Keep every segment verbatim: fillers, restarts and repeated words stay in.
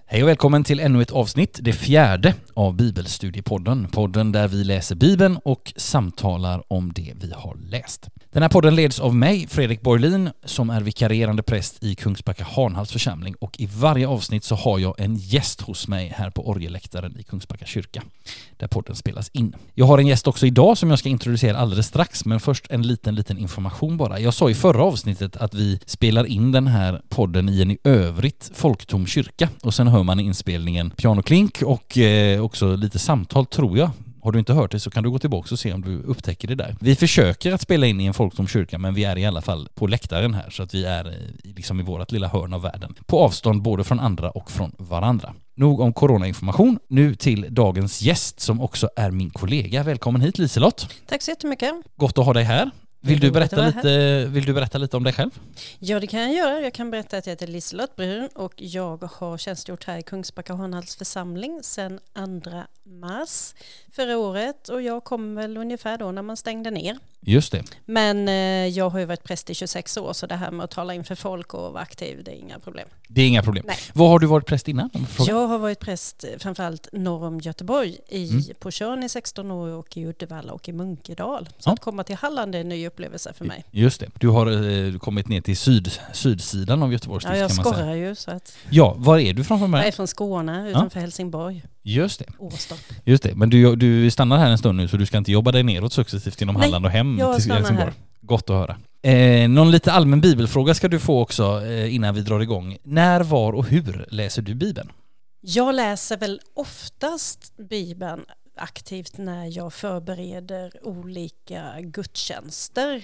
Hej och välkommen till ännu ett avsnitt, det fjärde av Bibelstudiepodden. Podden där vi läser Bibeln och samtalar om det vi har läst. Den här podden leds av mig, Fredrik Borglin, som är vikarierande präst i Kungsbacka Hanhals församling. Och i varje avsnitt så har jag en gäst hos mig här på orgelläktaren i Kungsbacka kyrka, där podden spelas in. Jag har en gäst också idag som jag ska introducera alldeles strax, men först en liten, liten information bara. Jag sa i förra avsnittet att vi spelar in den här podden i en i övrigt folktom kyrka. Och sen hör man i inspelningen pianoklink och eh, också lite samtal, tror jag. Har du inte hört det så kan du gå tillbaka och se om du upptäcker det där. Vi försöker att spela in i en folktom kyrka, men vi är i alla fall på läktaren här, så att vi är liksom i vårt lilla hörn av världen. På avstånd både från andra och från varandra. Nog om coronainformation. Nu till dagens gäst som också är min kollega. Välkommen hit, Liselott. Tack så jättemycket. Gott att ha dig här. Vill du, berätta lite, vill du berätta lite om dig själv? Ja, det kan jag göra. Jag kan berätta att jag heter Liselott Brun och jag har tjänstgjort här i Kungsbacka Hanhals församling sedan andra mars förra året, och jag kom väl ungefär då när man stängde ner. Just det. Men eh, jag har ju varit präst i tjugosex år, så det här med att tala inför folk och vara aktiv, det är inga problem. Det är inga problem. Nej. Vad har du varit präst innan? Jag har varit präst framförallt norr om Göteborg, i, mm. på Tjörn i sexton år och i Uddevalla och i Munkedal. Så ja. Att komma till Halland är en ny upplevelse för mig. Just det. Du har eh, kommit ner till syd, sydsidan av Göteborgs stift, ja, jag kan man skorrar säga. ju. Så att... Ja, var är du från från början? Jag är från Skåne, utanför ja. Helsingborg. Just det. Åstorp. Just det. Men du, du stannar här en stund nu, så du ska inte jobba dig neråt successivt genom Halland och hem jag till Helsingborg. Här. Gott att höra. Eh, någon lite allmän bibelfråga ska du få också eh, innan vi drar igång. När, var och hur läser du Bibeln? Jag läser väl oftast Bibeln aktivt när jag förbereder olika gudstjänster,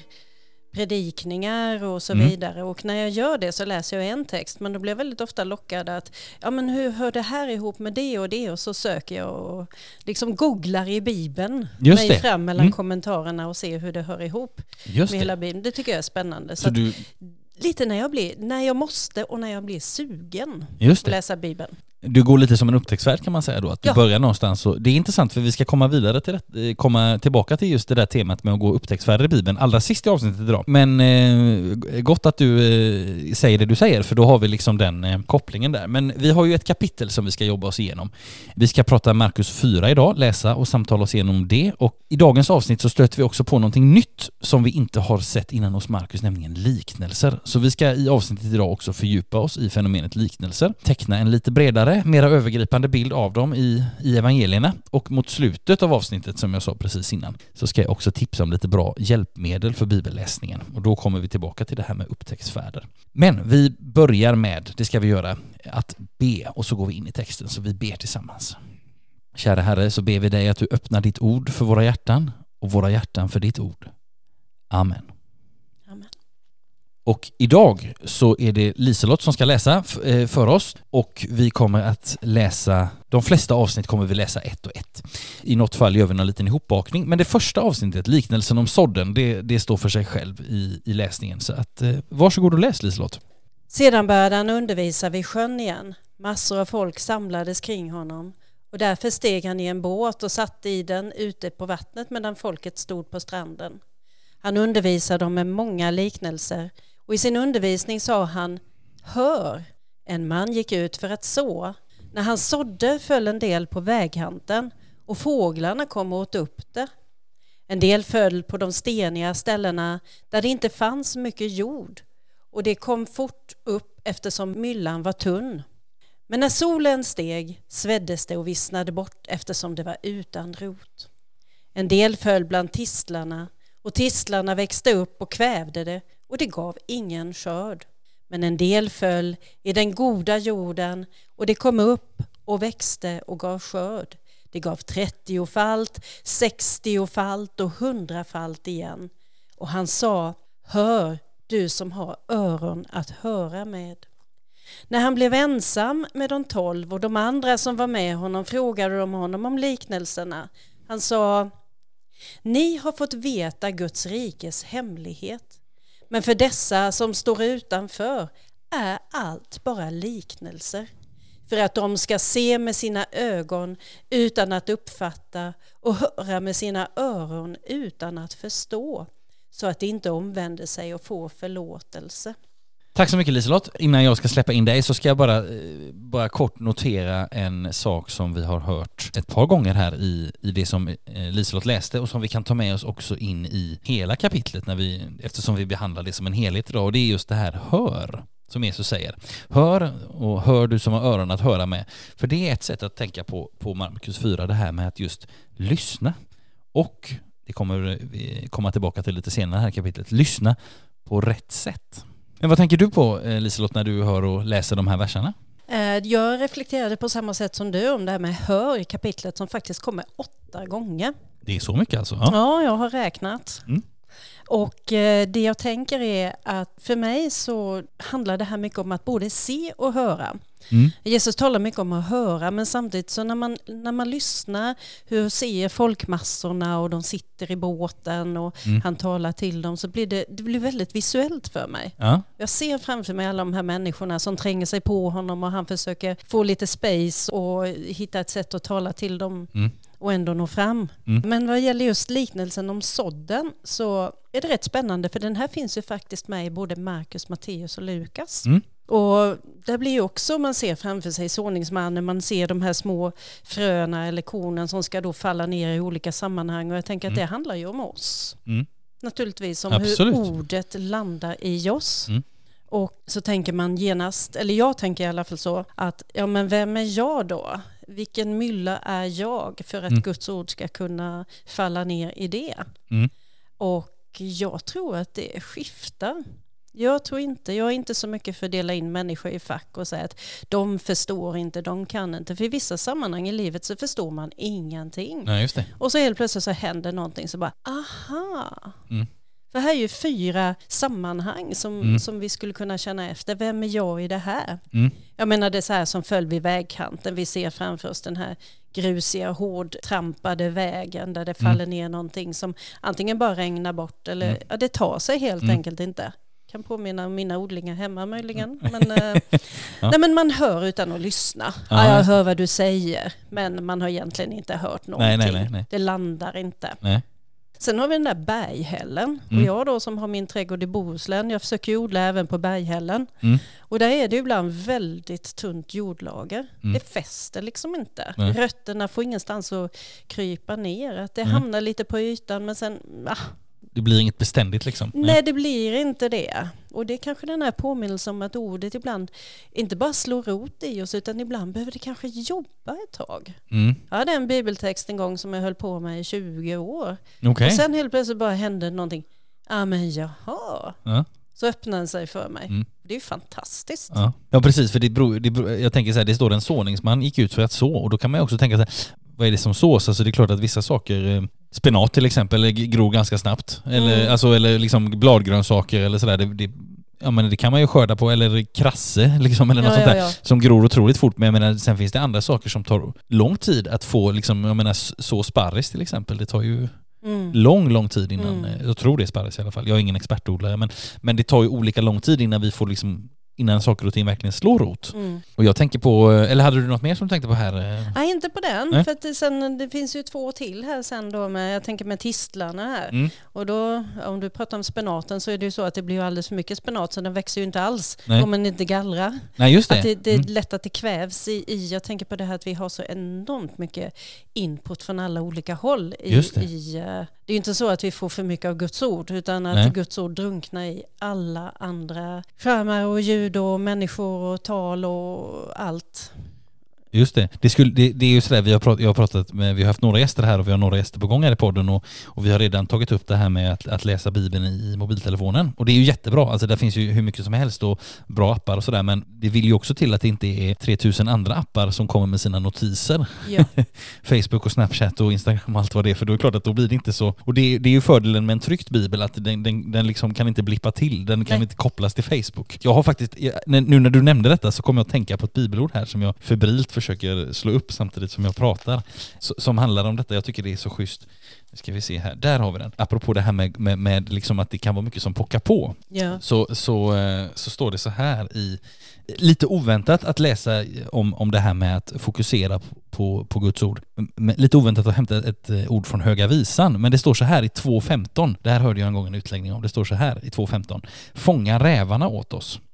predikningar och så mm. vidare. Och när jag gör det så läser jag en text, men då blir jag väldigt ofta lockad att ja, men hur hör det här ihop med det och det? Och så söker jag och liksom googlar i Bibeln Just mig det. fram mellan mm. kommentarerna och ser hur det hör ihop Just med det. hela Bibeln. Det tycker jag är spännande. Så, så att, du... lite när jag blir, när jag måste och när jag blir sugen Just det. att läsa Bibeln. Du går lite som en upptäcktsfärd, kan man säga då, att du ja. börjar någonstans. Och det är intressant, för vi ska komma vidare till det, komma tillbaka till just det där temat med att gå upptäcktsfärder i Bibeln allra sist i avsnittet idag. Men eh, gott att du eh, säger det du säger, för då har vi liksom den eh, kopplingen där. Men vi har ju ett kapitel som vi ska jobba oss igenom. Vi ska prata Markus fyra idag, läsa och samtala oss igenom det. Och i dagens avsnitt så stöter vi också på någonting nytt som vi inte har sett innan hos Markus, nämligen liknelser. Så vi ska i avsnittet idag också fördjupa oss i fenomenet liknelser, teckna en lite bredare, mera övergripande bild av dem i, i evangelierna, och mot slutet av avsnittet, som jag sa precis innan, så ska jag också tipsa om lite bra hjälpmedel för bibelläsningen, och då kommer vi tillbaka till det här med upptäcktsfärder. Men vi börjar med, det ska vi göra, att be, och så går vi in i texten, så vi ber tillsammans. Kära Herre, så ber vi dig att du öppnar ditt ord för våra hjärtan och våra hjärtan för ditt ord. Amen. Amen. Och idag så är det Liselott som ska läsa för oss, och vi kommer att läsa, de flesta avsnitt kommer vi läsa ett och ett. I något fall gör vi en liten ihopbakning, men det första avsnittet, liknelsen om sådden, det, det står för sig själv i, i läsningen. Så att, eh, varsågod och läs, Liselott. Sedan började han undervisa vid sjön igen. Massor av folk samlades kring honom, och därför steg han i en båt och satt i den ute på vattnet medan folket stod på stranden. Han undervisade dem med många liknelser, och i sin undervisning sa han: hör, en man gick ut för att så. När han sådde föll en del på vägkanten, och fåglarna kom och åt upp det. En del föll på de steniga ställena där det inte fanns mycket jord, och det kom fort upp eftersom myllan var tunn. Men när solen steg sveddes det och vissnade bort eftersom det var utan rot. En del föll bland tistlarna, och tistlarna växte upp och kvävde det, och det gav ingen skörd. Men en del föll i den goda jorden, och det kom upp och växte och gav skörd. Det gav trettiofalt, sextiofalt och hundrafalt igen. Och han sa: hör, du som har öron att höra med. När han blev ensam med de tolv och de andra som var med honom frågade de honom om liknelserna. Han sa: ni har fått veta Guds rikes hemlighet, men för dessa som står utanför är allt bara liknelser, för att de ska se med sina ögon utan att uppfatta och höra med sina öron utan att förstå, så att de inte omvänder sig och får förlåtelse. Tack så mycket Liselott. Innan jag ska släppa in dig så ska jag bara, bara kort notera en sak som vi har hört ett par gånger här i, i det som Liselott läste och som vi kan ta med oss också in i hela kapitlet när vi, eftersom vi behandlar det som en helhet idag, och det är just det här hör som Jesus säger. Hör, och hör du som har öron att höra med. För det är ett sätt att tänka på, på Markus fyra, det här med att just lyssna. Och det kommer vi komma tillbaka till lite senare här i kapitlet. Lyssna på rätt sätt. Men vad tänker du på, Liselott, när du hör och läser de här verserna? Jag reflekterade på samma sätt som du om det här med hör i kapitlet som faktiskt kommer åtta gånger. Det är så mycket alltså? Ja, ja jag har räknat. Mm. Och det jag tänker är att för mig så handlar det här mycket om att både se och höra. Mm. Jesus talar mycket om att höra, men samtidigt så när man, när man lyssnar, hur ser folkmassorna och de sitter i båten och mm. han talar till dem, så blir det, det blir väldigt visuellt för mig. Ja. Jag ser framför mig alla de här människorna som tränger sig på honom och han försöker få lite space och hitta ett sätt att tala till dem. Mm. Och ändå nå fram. Mm. Men vad gäller just liknelsen om sådden så är det rätt spännande, för den här finns ju faktiskt med i både Markus, Matteus och Lukas. Mm. Och där blir ju också, man ser framför sig såningsmannen, man ser de här små fröna eller kornen som ska då falla ner i olika sammanhang, och jag tänker att mm. det handlar ju om oss. Mm. Naturligtvis om Absolut. hur ordet landar i oss. Mm. Och så tänker man genast, eller jag tänker i alla fall så, att ja men vem är jag då? Vilken mylla är jag för att mm. Guds ord ska kunna falla ner i det? Mm. Och jag tror att det skiftar. Jag tror inte, jag är inte så mycket för att dela in människor i fack och säga att de förstår inte, de kan inte. För i vissa sammanhang i livet så förstår man ingenting. Nej, just det. Och så helt plötsligt så händer någonting så bara, aha. Mm. För här är ju fyra sammanhang som, mm. som vi skulle kunna känna efter. Vem är jag i det här? Mm. Jag menar det är så här som följer vid vägkanten. Vi ser framför oss den här grusiga, hårdtrampade vägen där det faller mm. ner någonting som antingen bara regnar bort eller mm. ja, det tar sig helt mm. enkelt inte. Kan påminna om mina odlingar hemma möjligen. Men, eh, ja. nej, men man hör utan att lyssna. Ja, jag hör vad du säger, men man har egentligen inte hört någonting. Nej, nej, nej, nej. Det landar inte. Nej. Sen har vi den där berghällen. Mm. Och jag då som har min trädgård i Bohuslän, jag försöker odla även på berghällen. Mm. Och där är det ibland väldigt tunt jordlager. Mm. Det fäster liksom inte. Nej. Rötterna får ingenstans att krypa ner. Att det Nej. hamnar lite på ytan, men sen... Ah, det blir inget beständigt liksom. Nej. Nej, det blir inte det. Och det är kanske den här påminnelsen om att ordet ibland inte bara slår rot i oss, utan ibland behöver det kanske jobba ett tag. Mm. Jag hade en bibeltext en gång som jag höll på med i tjugo år. Okay. Och sen helt plötsligt bara hände någonting. Ja, ah, men jaha. Ja. Så öppnade den sig för mig. Mm. Det är ju fantastiskt. Ja, ja precis. För det beror, det beror, jag tänker så här, det står en såningsman gick ut för att så. Och då kan man ju också tänka så här, vad är det som sås? Alltså det är klart att vissa saker, spenat till exempel, gror ganska snabbt. Eller, mm. alltså, eller liksom bladgrönsaker eller sådär. Det, det, ja, men det kan man ju skörda på. Eller krasse liksom, eller något ja, sånt där. Ja, ja. Som gror otroligt fort. Men jag menar, sen finns det andra saker som tar lång tid att få. Liksom, jag menar, så sparris till exempel. Det tar ju mm. lång, lång tid innan. Mm. Jag tror det är sparris i alla fall. Jag är ingen expertodlare. Men, men det tar ju olika lång tid innan vi får liksom... innan saker och ting verkligen slår rot. Mm. Och jag tänker på, eller hade du något mer som du tänkte på här? Nej, inte på den. Nej. För att det, sen, det finns ju två till här sen då med, jag tänker med tistlarna här. Mm. Och då, om du pratar om spenaten så är det ju så att det blir ju alldeles för mycket spenat så den växer ju inte alls. Nej. Om man inte gallrar. Nej, just det. Att det, det är mm. lätt att det kvävs i, i, jag tänker på det här att vi har så enormt mycket input från alla olika håll. I, just det. I, det är ju inte så att vi får för mycket av Guds ord, utan att Nej. Guds ord drunknar i alla andra skärmar och ljud och människor och tal och allt. Just det. Det, skulle, det, det är ju sådär, vi har, pratat, jag har pratat med, vi har haft några gäster här och vi har några gäster på gång här i podden och, och vi har redan tagit upp det här med att, att läsa Bibeln i, i mobiltelefonen. Och det är ju jättebra, alltså där finns ju hur mycket som helst och bra appar och sådär, men det vill ju också till att det inte är tre tusen andra appar som kommer med sina notiser. Ja. Facebook och Snapchat och Instagram och allt vad det är, för då är det klart att då blir det inte så. Och det, det är ju fördelen med en tryckt bibel, att den, den, den liksom kan inte blippa till, den kan Nej. inte kopplas till Facebook. Jag har faktiskt, nu när du nämnde detta så kommer jag att tänka på ett bibelord här som jag febrilt försöker slå upp samtidigt som jag pratar, som handlar om detta. Jag tycker det är så schysst. Nu ska vi se här. Där har vi den. Apropå det här med, med, med liksom att det kan vara mycket som pockar på. Ja. Så, så, så står det så här i, lite oväntat att läsa om, om det här med att fokusera på, på Guds ord. Lite oväntat att hämta ett ord från Höga visan, men det står så här i två femton. Det här hörde jag en gång en utläggning om. Det står så här i två femton. Fånga rävarna åt oss.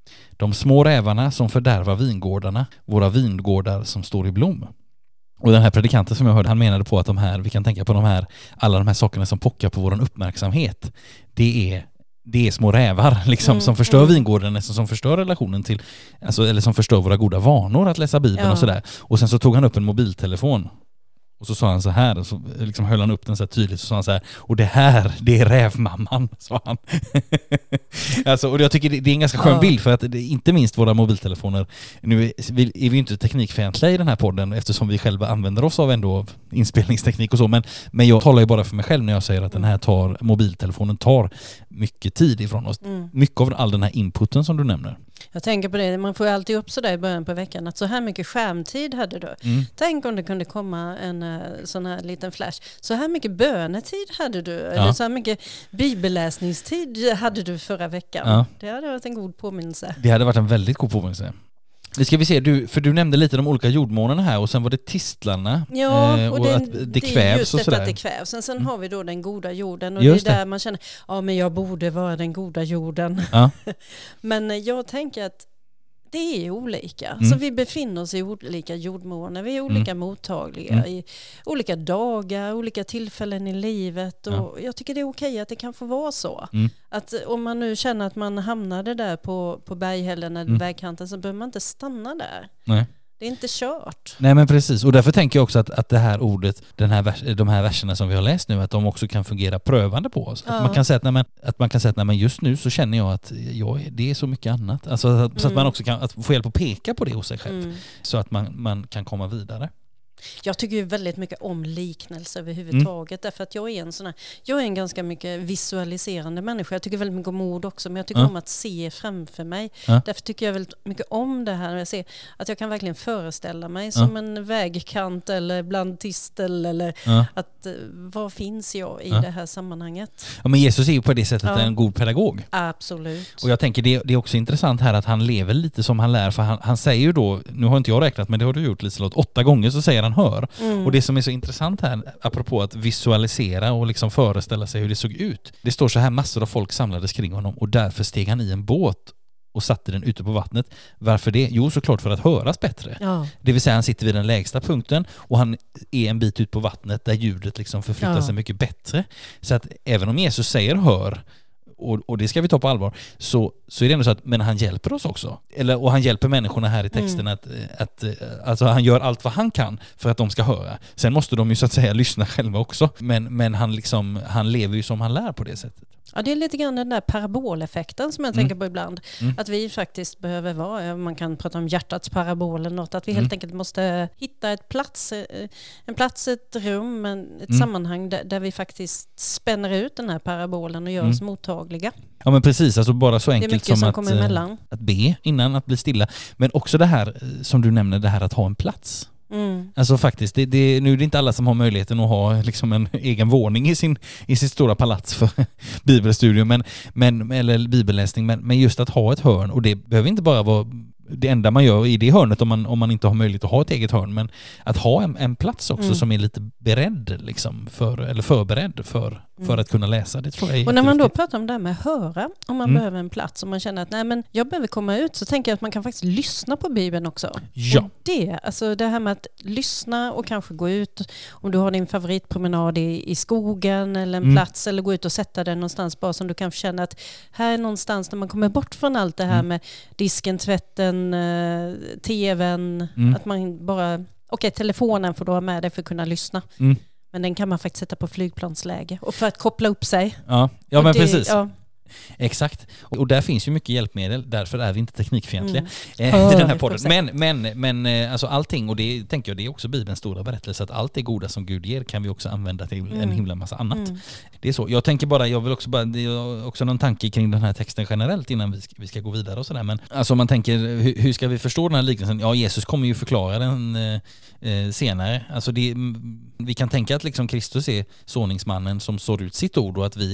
De små rävarna som fördärvar vingårdarna, våra vingårdar som står i blom. Och den här predikanten som jag hörde, han menade på att de här, vi kan tänka på de här, alla de här sakerna som pockar på vår uppmärksamhet. Det är, det är små rävar liksom, mm, som förstör mm. vingården, som förstör relationen till, alltså, eller som förstör våra goda vanor att läsa Bibeln ja. och sådär. Och sen så tog han upp en mobiltelefon. Och så sa han så här, och så liksom höll han upp den så här tydligt, och så sa han så här, och det här, det är rävmamman, sa han. Alltså, och jag tycker det, det är en ganska skön ja. bild, för att det, inte minst våra mobiltelefoner, nu är vi, är vi inte teknikfientliga i den här podden, eftersom vi själva använder oss av ändå inspelningsteknik och så, men, men jag talar ju bara för mig själv när jag säger att den här tar, mobiltelefonen tar mycket tid ifrån oss. Mm. Mycket av all den här inputen som du nämner. Jag tänker på det, man får ju alltid upp så där i början på veckan att så här mycket skärmtid hade du. Mm. Tänk om det kunde komma en uh, sån här liten flash. Så här mycket bönetid hade du. Ja. Eller så här mycket bibelläsningstid hade du förra veckan. Ja. Det hade varit en god påminnelse. Det hade varit en väldigt god påminnelse. Det ska vi se, du, för du nämnde lite de olika jordmånerna här, och sen var det tistlarna. Ja, och, och det, att det kvävs just och sådär. Att det kvävs. Sen, sen mm. har vi då den goda jorden, och just det är där det. man känner, ja men jag borde vara den goda jorden. Ja. Men jag tänker att det är olika. Mm. Så vi befinner oss i olika jordmåner. Vi är olika mm. mottagliga mm. i olika dagar, olika tillfällen i livet. Och ja. jag tycker det är okej att det kan få vara så. Mm. Att om man nu känner att man hamnade där på, på berghällen eller mm. vägkanten, så behöver man inte stanna där. Nej. Det är inte kört. Nej, men precis. Och därför tänker jag också att, att det här ordet, den här vers, de här verserna som vi har läst nu, att de också kan fungera prövande på oss. Ja. Att man kan säga att, nej, men, att man kan säga att nej, men just nu så känner jag att jag, det är så mycket annat. Alltså, att, mm. så att man också kan att få hjälp att peka på det hos sig själv. Mm. Så att man, man kan komma vidare. Jag tycker ju väldigt mycket om liknelser överhuvudtaget. Mm. Därför att jag är en sån här, jag är en ganska mycket visualiserande människa. Jag tycker väldigt mycket om ord också, men jag tycker mm. om att se framför mig. Mm. Därför tycker jag väldigt mycket om det här. Jag ser att jag kan verkligen föreställa mig mm. som en vägkant eller bland tistel, eller mm. att var finns jag i mm. det här sammanhanget. Ja, men Jesus är ju på det sättet ja. en god pedagog. Absolut. Och jag tänker det, det är också intressant här att han lever lite som han lär, för han, han säger ju då, nu har inte jag räknat, men det har du gjort, Liselott, åtta gånger så säger han hör. Mm. Och det som är så intressant här, apropå att visualisera och liksom föreställa sig hur det såg ut. Det står så här, massor av folk samlades kring honom, och därför steg han i en båt och satte den ute på vattnet. Varför det? Jo, såklart för att höras bättre. Ja. Det vill säga, han sitter vid den lägsta punkten och han är en bit ut på vattnet där ljudet liksom förflyttar ja. sig mycket bättre. Så att även om Jesus säger hör, Och, och det ska vi ta på allvar, så, så är det ändå så att men han hjälper oss också. Eller, och han hjälper människorna här i texten mm. att, att alltså han gör allt vad han kan för att de ska höra. Sen måste de ju så att säga lyssna själva också. Men, men han, liksom, han lever ju som han lär på det sättet. Ja, det är lite grann den där paraboleffekten som jag mm. tänker på ibland. Mm. Att vi faktiskt behöver vara, man kan prata om hjärtats parabol eller något, att vi mm. helt enkelt måste hitta ett plats, en plats, ett rum, ett mm. sammanhang där, där vi faktiskt spänner ut den här parabolen och gör mm. oss mottagliga. Ja, men precis, alltså bara så enkelt som, som att, att be innan, att bli stilla. Men också det här som du nämner, det här att ha en plats. Mm. Alltså faktiskt, det, det, nu är det inte alla som har möjligheten att ha liksom en egen våning i sin i sitt stora palats för bibelstudium, men, men, eller bibelläsning, men, men just att ha ett hörn, och det behöver inte bara vara det enda man gör i det hörnet om man, om man inte har möjlighet att ha ett eget hörn, men att ha en, en plats också mm. som är lite beredd liksom för, eller förberedd för, för mm. att kunna läsa. Det tror jag är Och när man då pratar om det här med höra, om man mm. behöver en plats och man känner att nej, men jag behöver komma ut, så tänker jag att man kan faktiskt lyssna på Bibeln också. Ja. Och det, alltså det här med att lyssna och kanske gå ut, om du har din favoritpromenad i, i skogen eller en mm. plats, eller gå ut och sätta den någonstans bara som du kan känna att här är någonstans där man kommer bort från allt det här mm. med disken, tvätten, tvn, mm. att man bara, okej, okay, telefonen får du ha med dig för att kunna lyssna. Mm. Men den kan man faktiskt sätta på flygplansläge och för att koppla upp sig. Ja, ja men det, precis. Ja. Exakt. Och där finns ju mycket hjälpmedel, därför är vi inte teknikfientliga mm. eh, i den här podden. Men, men, men alltså allting, och det tänker jag, det är också Bibelns stora berättelse, att allt det goda som Gud ger kan vi också använda till mm. en himla massa annat. Mm. Det är så. Jag tänker bara, jag vill också bara, det är också någon tanke kring den här texten generellt innan vi ska, vi ska gå vidare och sådär. Men alltså man tänker, hur, hur ska vi förstå den här liknelsen? Ja, Jesus kommer ju förklara den eh, senare. Alltså det, vi kan tänka att liksom Kristus är såningsmannen som sår ut sitt ord, och att vi är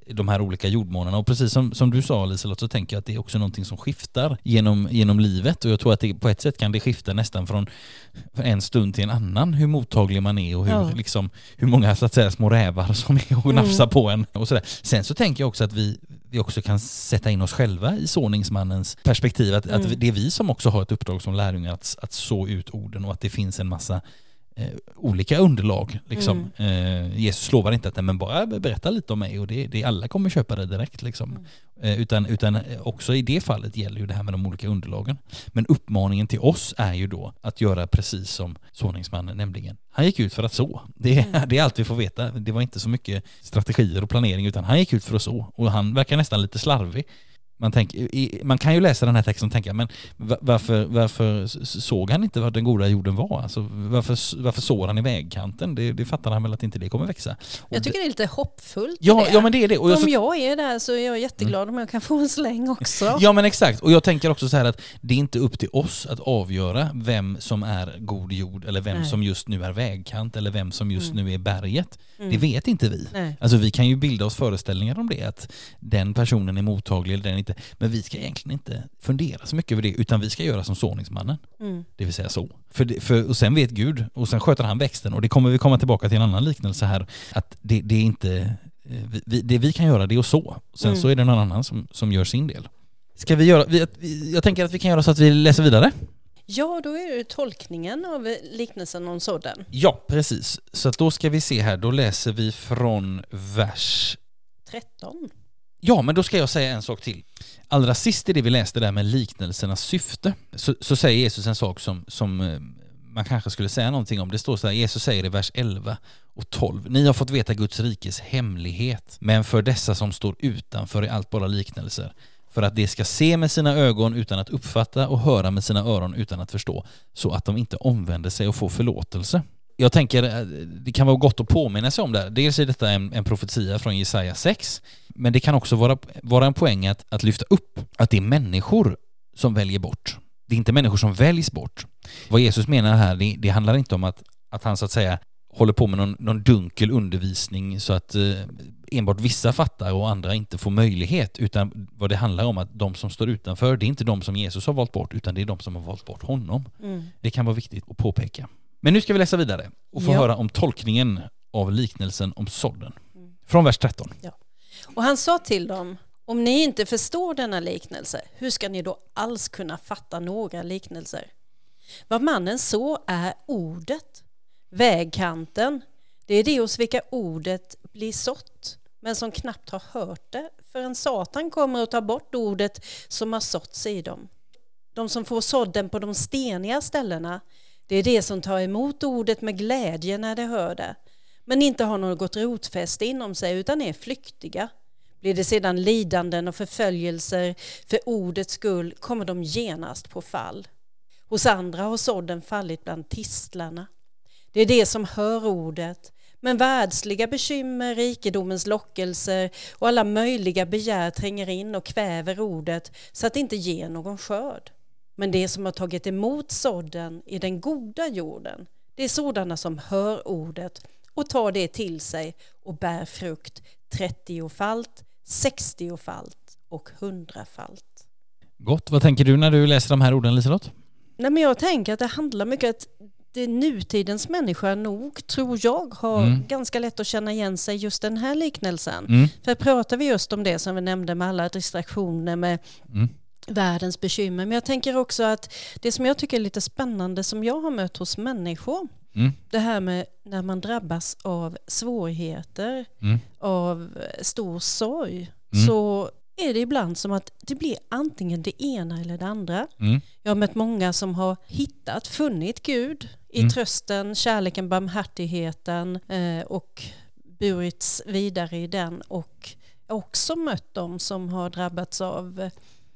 de här olika jordmånerna. Och precis som, som du sa, Liselott, så tänker jag att det är också någonting som skiftar genom, genom livet. Och jag tror att det, på ett sätt kan det skifta nästan från en stund till en annan, hur mottaglig man är och hur, ja. liksom, hur många så att säga, små rävar som är och nafsar mm. på en. Och sådär. Sen så tänker jag också att vi, vi också kan sätta in oss själva i såningsmannens perspektiv. Att, mm. att det är vi som också har ett uppdrag som lärjungar att, att så ut orden, och att det finns en massa Eh, olika underlag liksom. mm. eh, Jesus lovar inte att men bara berätta lite om mig och det, det alla kommer köpa det direkt liksom. mm. eh, utan, utan också i det fallet gäller ju det här med de olika underlagen. Men uppmaningen till oss är ju då att göra precis som såningsmannen, nämligen han gick ut för att så. Det, mm. det är allt vi får veta. Det var inte så mycket strategier och planering, utan han gick ut för att så, och han verkar nästan lite slarvig. Man, tänker, man kan ju läsa den här texten och tänka, men varför, varför såg han inte vad den goda jorden var? Alltså, varför, varför såg han i vägkanten? Det, det fattar han väl att inte det kommer växa. Och jag tycker det är lite hoppfullt. Ja, det. ja men det är det. Och om jag, så, jag är där så är jag jätteglad mm. om jag kan få en släng också. Ja men exakt. Och jag tänker också så här att det är inte upp till oss att avgöra vem som är god jord, eller vem Nej. som just nu är vägkant, eller vem som just mm. nu är berget. Mm. Det vet inte vi. Nej. Alltså vi kan ju bilda oss föreställningar om det, att den personen är mottaglig eller den inte. Men vi ska egentligen inte fundera så mycket över det, utan vi ska göra som såningsmannen. Mm. Det vill säga så. För, det, för, och sen vet Gud, och sen sköter han växten. Och det kommer vi komma tillbaka till en annan liknelse här. Att det, det är inte... Vi, det vi kan göra det är att så. Sen mm. så är det någon annan som, som gör sin del. Ska vi göra... Vi, jag tänker att vi kan göra så att vi läser vidare. Ja, då är det tolkningen av liknelsen om sådden. Ja, precis. Så att då ska vi se här. Då läser vi från vers... tretton. Ja, men då ska jag säga en sak till. Allra sist i det vi läste där med liknelsernas syfte, så, så säger Jesus en sak som, som man kanske skulle säga någonting om. Det står så här, Jesus säger i vers elva och tolv: ni har fått veta Guds rikes hemlighet, men för dessa som står utanför är allt bara liknelser, för att de ska se med sina ögon utan att uppfatta och höra med sina öron utan att förstå, så att de inte omvänder sig och får förlåtelse. Jag tänker, det kan vara gott att påminna sig om det. Dels är detta en, en profetia från Jesaja sex, men det kan också vara, vara en poäng att, att lyfta upp att det är människor som väljer bort. Det är inte människor som väljs bort. Vad Jesus menar här, det, det handlar inte om att, att han så att säga håller på med någon, någon dunkel undervisning så att eh, enbart vissa fattar och andra inte får möjlighet, utan vad det handlar om att de som står utanför, det är inte de som Jesus har valt bort, utan det är de som har valt bort honom. Mm. Det kan vara viktigt att påpeka. Men nu ska vi läsa vidare och få ja. höra om tolkningen av liknelsen om sådden. Mm. Från vers tretton. Ja. Och han sa till dem: om ni inte förstår denna liknelse, hur ska ni då alls kunna fatta några liknelser? Vad mannen så är ordet. Vägkanten, det är det hos vilka ordet blir sått, men som knappt har hört det, förrän Satan kommer att ta bort ordet som har såtts i dem. De som får sådden på de steniga ställena, det är det som tar emot ordet med glädje när de hör det, men inte har något rotfäste inom sig utan är flyktiga. Blir det sedan lidanden och förföljelser för ordets skull, kommer de genast på fall. Hos andra har sådden fallit bland tistlarna. Det är det som hör ordet, men världsliga bekymmer, rikedomens lockelser och alla möjliga begär tränger in och kväver ordet så att det inte ger någon skörd. Men det som har tagit emot sådden i den goda jorden, det är sådana som hör ordet och tar det till sig och bär frukt trettiofalt, sextiofalt och hundrafalt. Gott, vad tänker du när du läser de här orden, Liselott? Nej, men jag tänker att det handlar mycket att det nutidens människa nog, tror jag, har mm. ganska lätt att känna igen sig just den här liknelsen. Mm. För pratar vi just om det som vi nämnde med alla distraktioner, med mm. världens bekymmer. Men jag tänker också att det som jag tycker är lite spännande som jag har mött hos människor, mm. det här med när man drabbas av svårigheter, mm. av stor sorg, mm. så är det ibland som att det blir antingen det ena eller det andra. Mm. Jag har mött många som har hittat, funnit Gud i mm. trösten, kärleken, barmhärtigheten eh, och burits vidare i den. Och jag har också mött dem som har drabbats av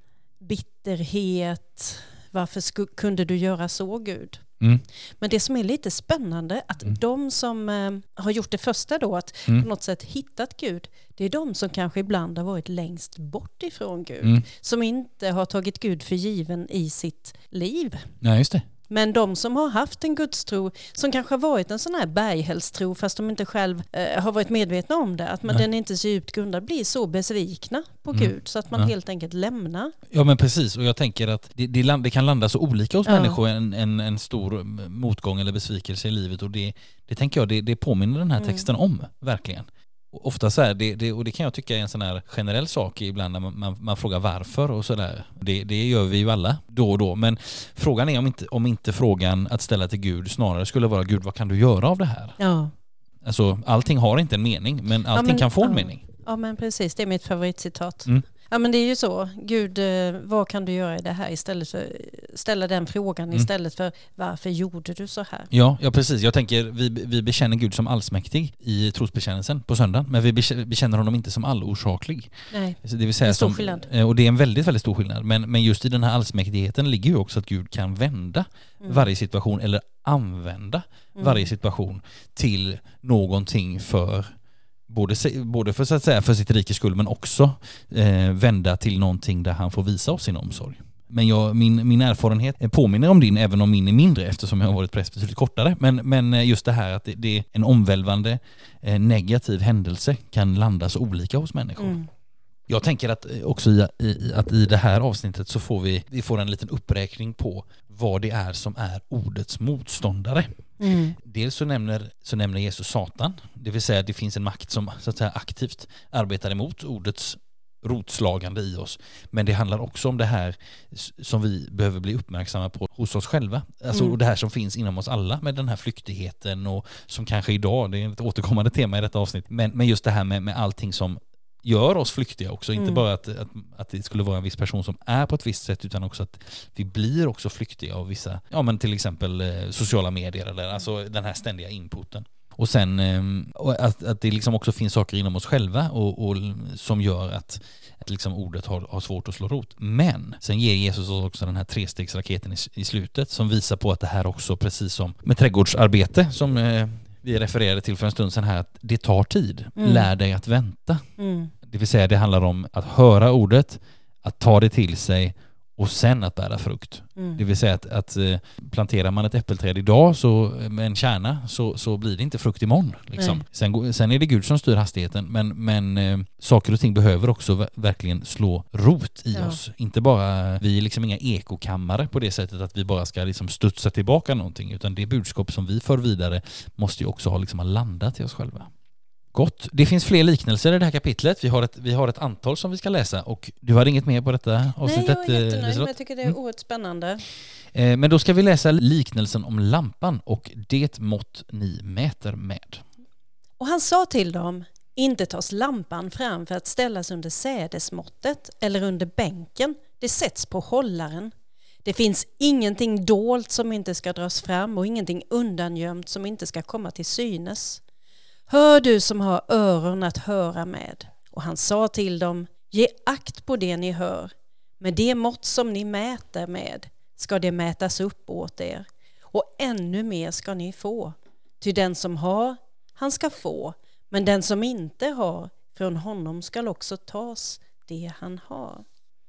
bitterhet. Varför sku- kunde du göra så, Gud? Mm. Men det som är lite spännande, att mm. de som eh, har gjort det första då, att mm. på något sätt hittat Gud, det är de som kanske ibland har varit längst bort ifrån Gud, mm. som inte har tagit Gud för given i sitt liv. Ja, just det. Men de som har haft en gudstro, som kanske har varit en sån här berghällstro fast de inte själv eh, har varit medvetna om det, att man, den är inte så djupt grundad, blir så besvikna på mm. Gud så att man ja. helt enkelt lämnar. Ja men precis, och jag tänker att det, det, land, det kan landa så olika hos ja. människor, en, en, en stor motgång eller besvikelse i livet, och det, det tänker jag, det, det påminner den här texten mm. om, verkligen. Ofta så här, det, det, och det kan jag tycka är en sån här generell sak ibland när man, man, man frågar varför och sådär. Det, det gör vi ju alla då och då. Men frågan är om inte, om inte frågan att ställa till Gud snarare skulle vara: Gud, vad kan du göra av det här? Ja. Alltså, allting har inte en mening, men allting ja, men, kan få en ja. mening. Ja, men precis. Det är mitt favoritcitat. Mm. Ja, men det är ju så. Gud, vad kan du göra i det här? Istället för ställa den frågan mm. istället för varför gjorde du så här? Ja, ja precis. Jag tänker, vi, vi bekänner Gud som allsmäktig i trosbekännelsen på söndagen, men vi bekänner honom inte som allorsaklig. Nej, det vill säga det är stor som, skillnad. Och det är en väldigt, väldigt stor skillnad. Men, men just i den här allsmäktigheten ligger ju också att Gud kan vända mm. varje situation, eller använda mm. varje situation till någonting för Både, både för, så att säga, för sitt rikes skull, men också eh, vända till någonting där han får visa oss sin omsorg. Men jag, min, min erfarenhet påminner om din, även om min är mindre eftersom jag har varit präst betydligt kortare. Men, men just det här att det, det är en omvälvande eh, negativ händelse kan landa så olika hos människor. Mm. Jag tänker att också i, i, att i det här avsnittet så får vi, vi får en liten uppräkning på vad det är som är ordets motståndare. Mm. Dels så nämner, så nämner Jesus Satan, det vill säga att det finns en makt som så att säga aktivt arbetar emot ordets rotslagande i oss. Men det handlar också om det här som vi behöver bli uppmärksamma på hos oss själva. Alltså mm. det här som finns inom oss alla med den här flyktigheten, och som kanske idag, det är ett återkommande tema i detta avsnitt, men, men just det här med, med allting som gör oss flyktiga också. Mm. Inte bara att, att, att det skulle vara en viss person som är på ett visst sätt, utan också att vi blir också flyktiga av vissa, ja men till exempel eh, sociala medier eller alltså den här ständiga inputen. Och sen eh, att, att det liksom också finns saker inom oss själva och, och som gör att, att liksom ordet har, har svårt att slå rot. Men sen ger Jesus oss också den här trestegsraketen i, i slutet som visar på att det här också, precis som med trädgårdsarbete som eh, vi refererade till för en stund sedan här, att det tar tid. Mm. Lär dig att vänta. Mm. Det vill säga det handlar om att höra ordet, att ta det till sig och sen att bära frukt. Mm. Det vill säga att, att planterar man ett äppelträd idag så, med en kärna så, så blir det inte frukt imorgon. Liksom. Sen, sen är det Gud som styr hastigheten, men, men eh, saker och ting behöver också verkligen slå rot i ja. oss. Inte bara, vi är liksom inga ekokammare på det sättet att vi bara ska liksom studsa tillbaka någonting, utan det budskap som vi för vidare måste ju också ha, liksom, ha landat i oss själva. Gott. Det finns fler liknelser i det här kapitlet. Vi har ett, vi har ett antal som vi ska läsa, och du har inget mer på detta avsnittet? Nej, jag är jättenöjd, men jag tycker det är oerhört spännande. Eh, men då ska vi läsa liknelsen om lampan och det mått ni mäter med. Och han sa till dem: inte tas lampan fram för att ställas under sädesmåttet eller under bänken. Det sätts på hållaren. Det finns ingenting dolt som inte ska dras fram och ingenting undangömt som inte ska komma till synes. Hör du som har öron att höra med. Och han sa till dem: ge akt på det ni hör. Med det mått som ni mäter med ska det mätas upp åt er. Och ännu mer ska ni få. Ty den som har, han ska få. Men den som inte har, från honom ska också tas det han har.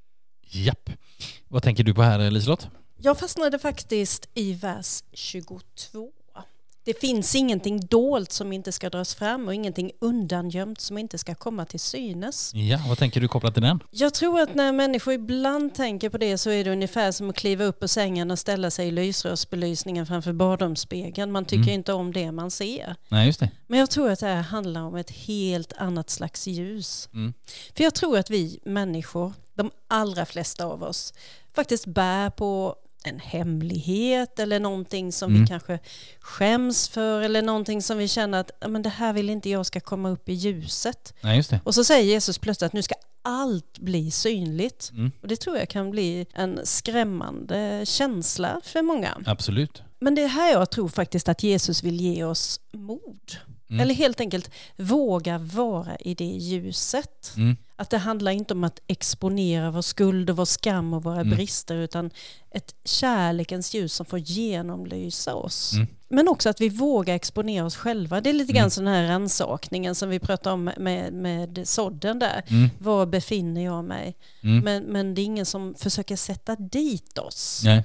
Japp. Vad tänker du på här, Liselott? Jag fastnade faktiskt i vers tjugotvå. Det finns ingenting dolt som inte ska dras fram och ingenting undangömt som inte ska komma till synes. Ja, vad tänker du kopplat till den? Jag tror att när människor ibland tänker på det så är det ungefär som att kliva upp på sängen och ställa sig i lysrörsbelysningen framför badrumsspegeln. Man tycker mm. inte om det man ser. Nej, just det. Men jag tror att det här handlar om ett helt annat slags ljus. Mm. För jag tror att vi människor, de allra flesta av oss, faktiskt bär på en hemlighet eller någonting som mm. vi kanske skäms för, eller någonting som vi känner att men det här vill inte jag ska komma upp i ljuset. Nej, just det. Och så säger Jesus plötsligt att nu ska allt bli synligt. Mm. Och det tror jag kan bli en skrämmande känsla för många. Absolut. Men det är här jag tror faktiskt att Jesus vill ge oss mod. Mm. Eller helt enkelt våga vara i det ljuset. Mm. Att det handlar inte om att exponera vår skuld och vår skam och våra mm. brister, utan ett kärlekens ljus som får genomlysa oss. Mm. Men också att vi vågar exponera oss själva. Det är lite mm. grann sån här rannsakningen som vi pratade om med, med sådden där. Mm. Var befinner jag mig? Mm. Men, men det är ingen som försöker sätta dit oss. Nej.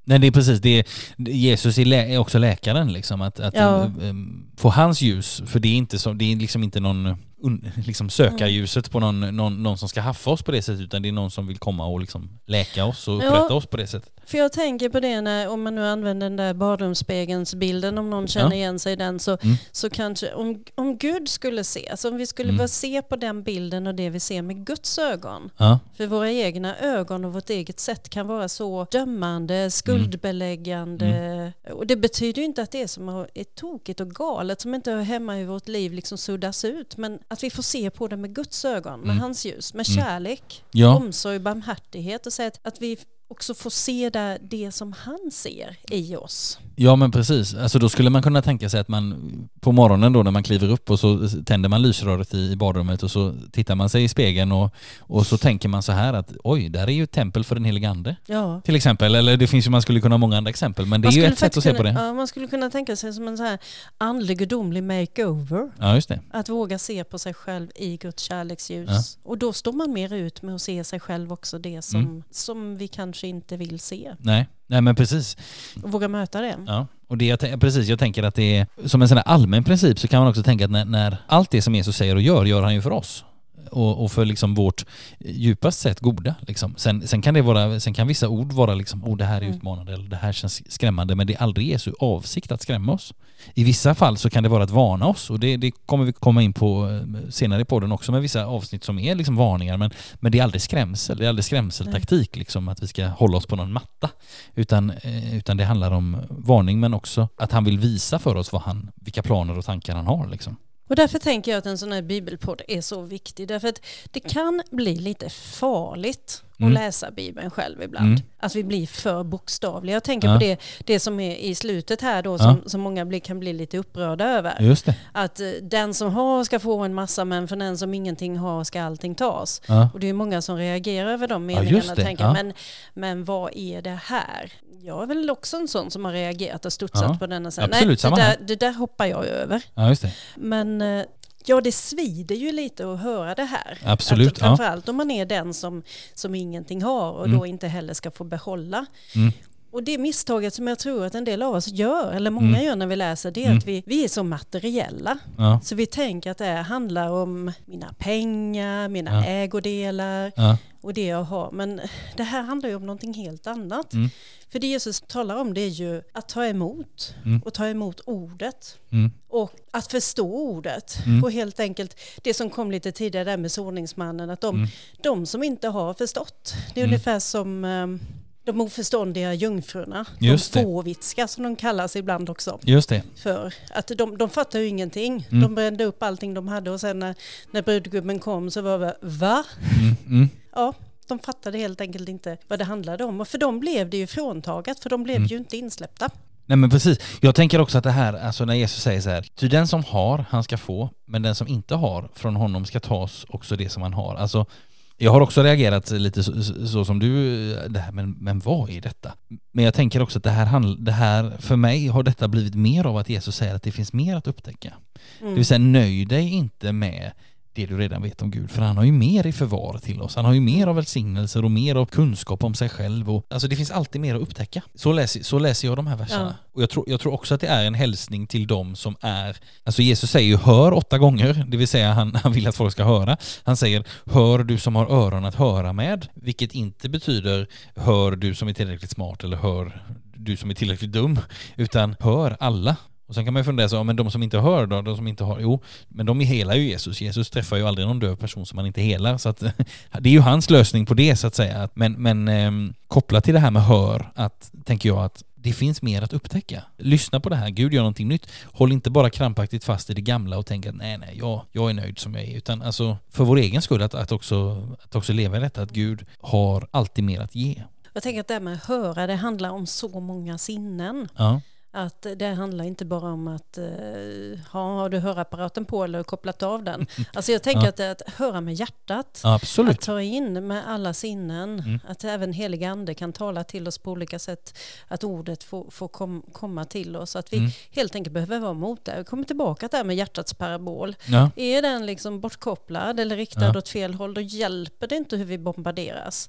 Nej, det är precis det. Jesus är, lä- är också läkaren liksom, att, att Ja. um, få hans ljus, för det är inte så, det är liksom inte någon un, liksom sökarljuset mm. på någon, någon, någon som ska haffa oss på det sättet, utan det är någon som vill komma och liksom läka oss och upprätta ja. oss på det sättet. För jag tänker på det när, om man nu använder den där badrumsspegelns bilden, om någon känner ja. igen sig i den, så, mm. så kanske om, om Gud skulle se, alltså om vi skulle mm. se på den bilden och det vi ser med Guds ögon, ja. för våra egna ögon och vårt eget sätt kan vara så dömande, skuldbeläggande mm. och det betyder ju inte att det som är tokigt och galet som inte hör hemma i vårt liv liksom suddas ut, men att vi får se på det med Guds ögon, med mm. hans ljus, med kärlek, ja. omsorg, barmhärtighet, och säga att, att vi också få se där det som han ser i oss. Ja, men precis. Alltså då skulle man kunna tänka sig att man på morgonen då när man kliver upp och så tänder man lysröret i badrummet och så tittar man sig i spegeln och, och så tänker man så här att oj, där är ju ett tempel för den helige ande. Ja. Till exempel, eller det finns ju, man skulle kunna ha många andra exempel, men det man är ju ett sätt att se kunna, på det. Ja, man skulle kunna tänka sig som en så här andlig gudomlig makeover. Ja, just det. Att våga se på sig själv i Guds kärleksljus. Ja. Och då står man mer ut med att se sig själv också, det som, mm. som vi kanske inte vill se. Nej. Nej, men precis. Och våga möta det. Ja, och det jag, precis, jag tänker att det är som en sån här allmän princip, så kan man också tänka att när, när allt det som Jesus säger och gör, gör han ju för oss. Och, och för liksom vårt djupast sätt goda. Liksom. Sen, sen, kan det vara, sen kan vissa ord vara liksom, oh, det här är mm. utmanande eller det här känns skrämmande, men det är aldrig Jesu avsikt att skrämma oss. I vissa fall så kan det vara att varna oss, och det, det kommer vi komma in på senare i podden också med vissa avsnitt som är liksom varningar, men, men det är aldrig skrämsel, det är aldrig skrämseltaktik liksom, att vi ska hålla oss på någon matta, utan, utan det handlar om varning, men också att han vill visa för oss vad han, vilka planer och tankar han har liksom. Och därför tänker jag att en sån här bibelpodd är så viktig. Därför att det kan bli lite farligt mm. att läsa Bibeln själv ibland. Mm. Att vi blir för bokstavliga. Jag tänker ja. på det, det som är i slutet här då, som, ja. som många blir, kan bli lite upprörda över. Just det. Att uh, den som har ska få en massa, men för den som ingenting har ska allting tas. Ja. Och det är många som reagerar över de meningarna. Ja, och tänker, ja. men, men vad är det här? Jag är väl också en sån som har reagerat och studsat ja. på den och sagt, nej, det där, det där hoppar jag över. Ja, just det. Men ja, det svider ju lite att höra det här. Absolut. Att, framförallt ja. om man är den som, som ingenting har och mm. då inte heller ska få behålla. Mm. Och det misstaget som jag tror att en del av oss gör, eller många mm. gör när vi läser, det är mm. att vi, vi är så materiella. Ja. Så vi tänker att det handlar om mina pengar, mina ja. ägodelar ja. och det jag har. Men det här handlar ju om någonting helt annat. Mm. För det Jesus talar om, det är ju att ta emot mm. och ta emot ordet. Mm. Och att förstå ordet. Mm. Och helt enkelt det som kom lite tidigare där med såningsmannen, att de, mm. de som inte har förstått, det är mm. ungefär som um, de oförståndiga jungfrurna, Just de fåvitska som de kallas ibland också. Just det. För att de, de fattar ju ingenting. Mm. De brände upp allting de hade och sen när, när brudgubben kom så var det, va? Mm. Mm. Ja, de fattade helt enkelt inte vad det handlade om. Och för dem blev det ju fråntaget, för de blev mm. ju inte insläppta. Nej, men precis. Jag tänker också att det här, alltså när Jesus säger så här, ty den som har, han ska få, men den som inte har, från honom ska tas också det som han har. Alltså, jag har också reagerat lite så, så som du, det här, men, men vad är detta? Men jag tänker också att det här, det här, för mig har detta blivit mer av att Jesus säger att det finns mer att upptäcka. Mm. Det vill säga, nöj dig inte med det du redan vet om Gud, för han har ju mer i förvar till oss. Han har ju mer av välsignelser och mer av kunskap om sig själv. Och, alltså det finns alltid mer att upptäcka. Så läser, så läser jag de här verserna. Ja. Och jag tror, jag tror också att det är en hälsning till dem som är, alltså Jesus säger ju hör åtta gånger, det vill säga han, han vill att folk ska höra. Han säger hör du som har öron att höra med, vilket inte betyder hör du som är tillräckligt smart eller hör du som är tillräckligt dum, utan hör alla. Och sen kan man ju fundera så, men de som inte hör då, de som inte har, jo, men de helar ju Jesus. Jesus träffar ju aldrig någon död person som man inte helar, så att det är ju hans lösning på det så att säga. Men, men eh, kopplat till det här med hör, att tänker jag att det finns mer att upptäcka. Lyssna på det här, Gud gör någonting nytt. Håll inte bara krampaktigt fast i det gamla och tänka att nej, nej, jag, jag är nöjd som jag är. Utan alltså för vår egen skull att, att, också, att också leva i detta, att Gud har alltid mer att ge. Jag tänker att det här med att höra, det handlar om så många sinnen. Ja. Att det handlar inte bara om att uh, har du hörapparaten på eller kopplat av den. Alltså jag tänker ja. att det är att höra med hjärtat. Absolut. Att ta in med alla sinnen. Mm. Att även helig ande kan tala till oss på olika sätt. Att ordet får, får kom, komma till oss. Att vi mm. helt enkelt behöver vara mot det. Vi kommer tillbaka där med hjärtats parabol. Ja. Är den liksom bortkopplad eller riktad ja. åt fel håll, då hjälper det inte hur vi bombarderas. Nej.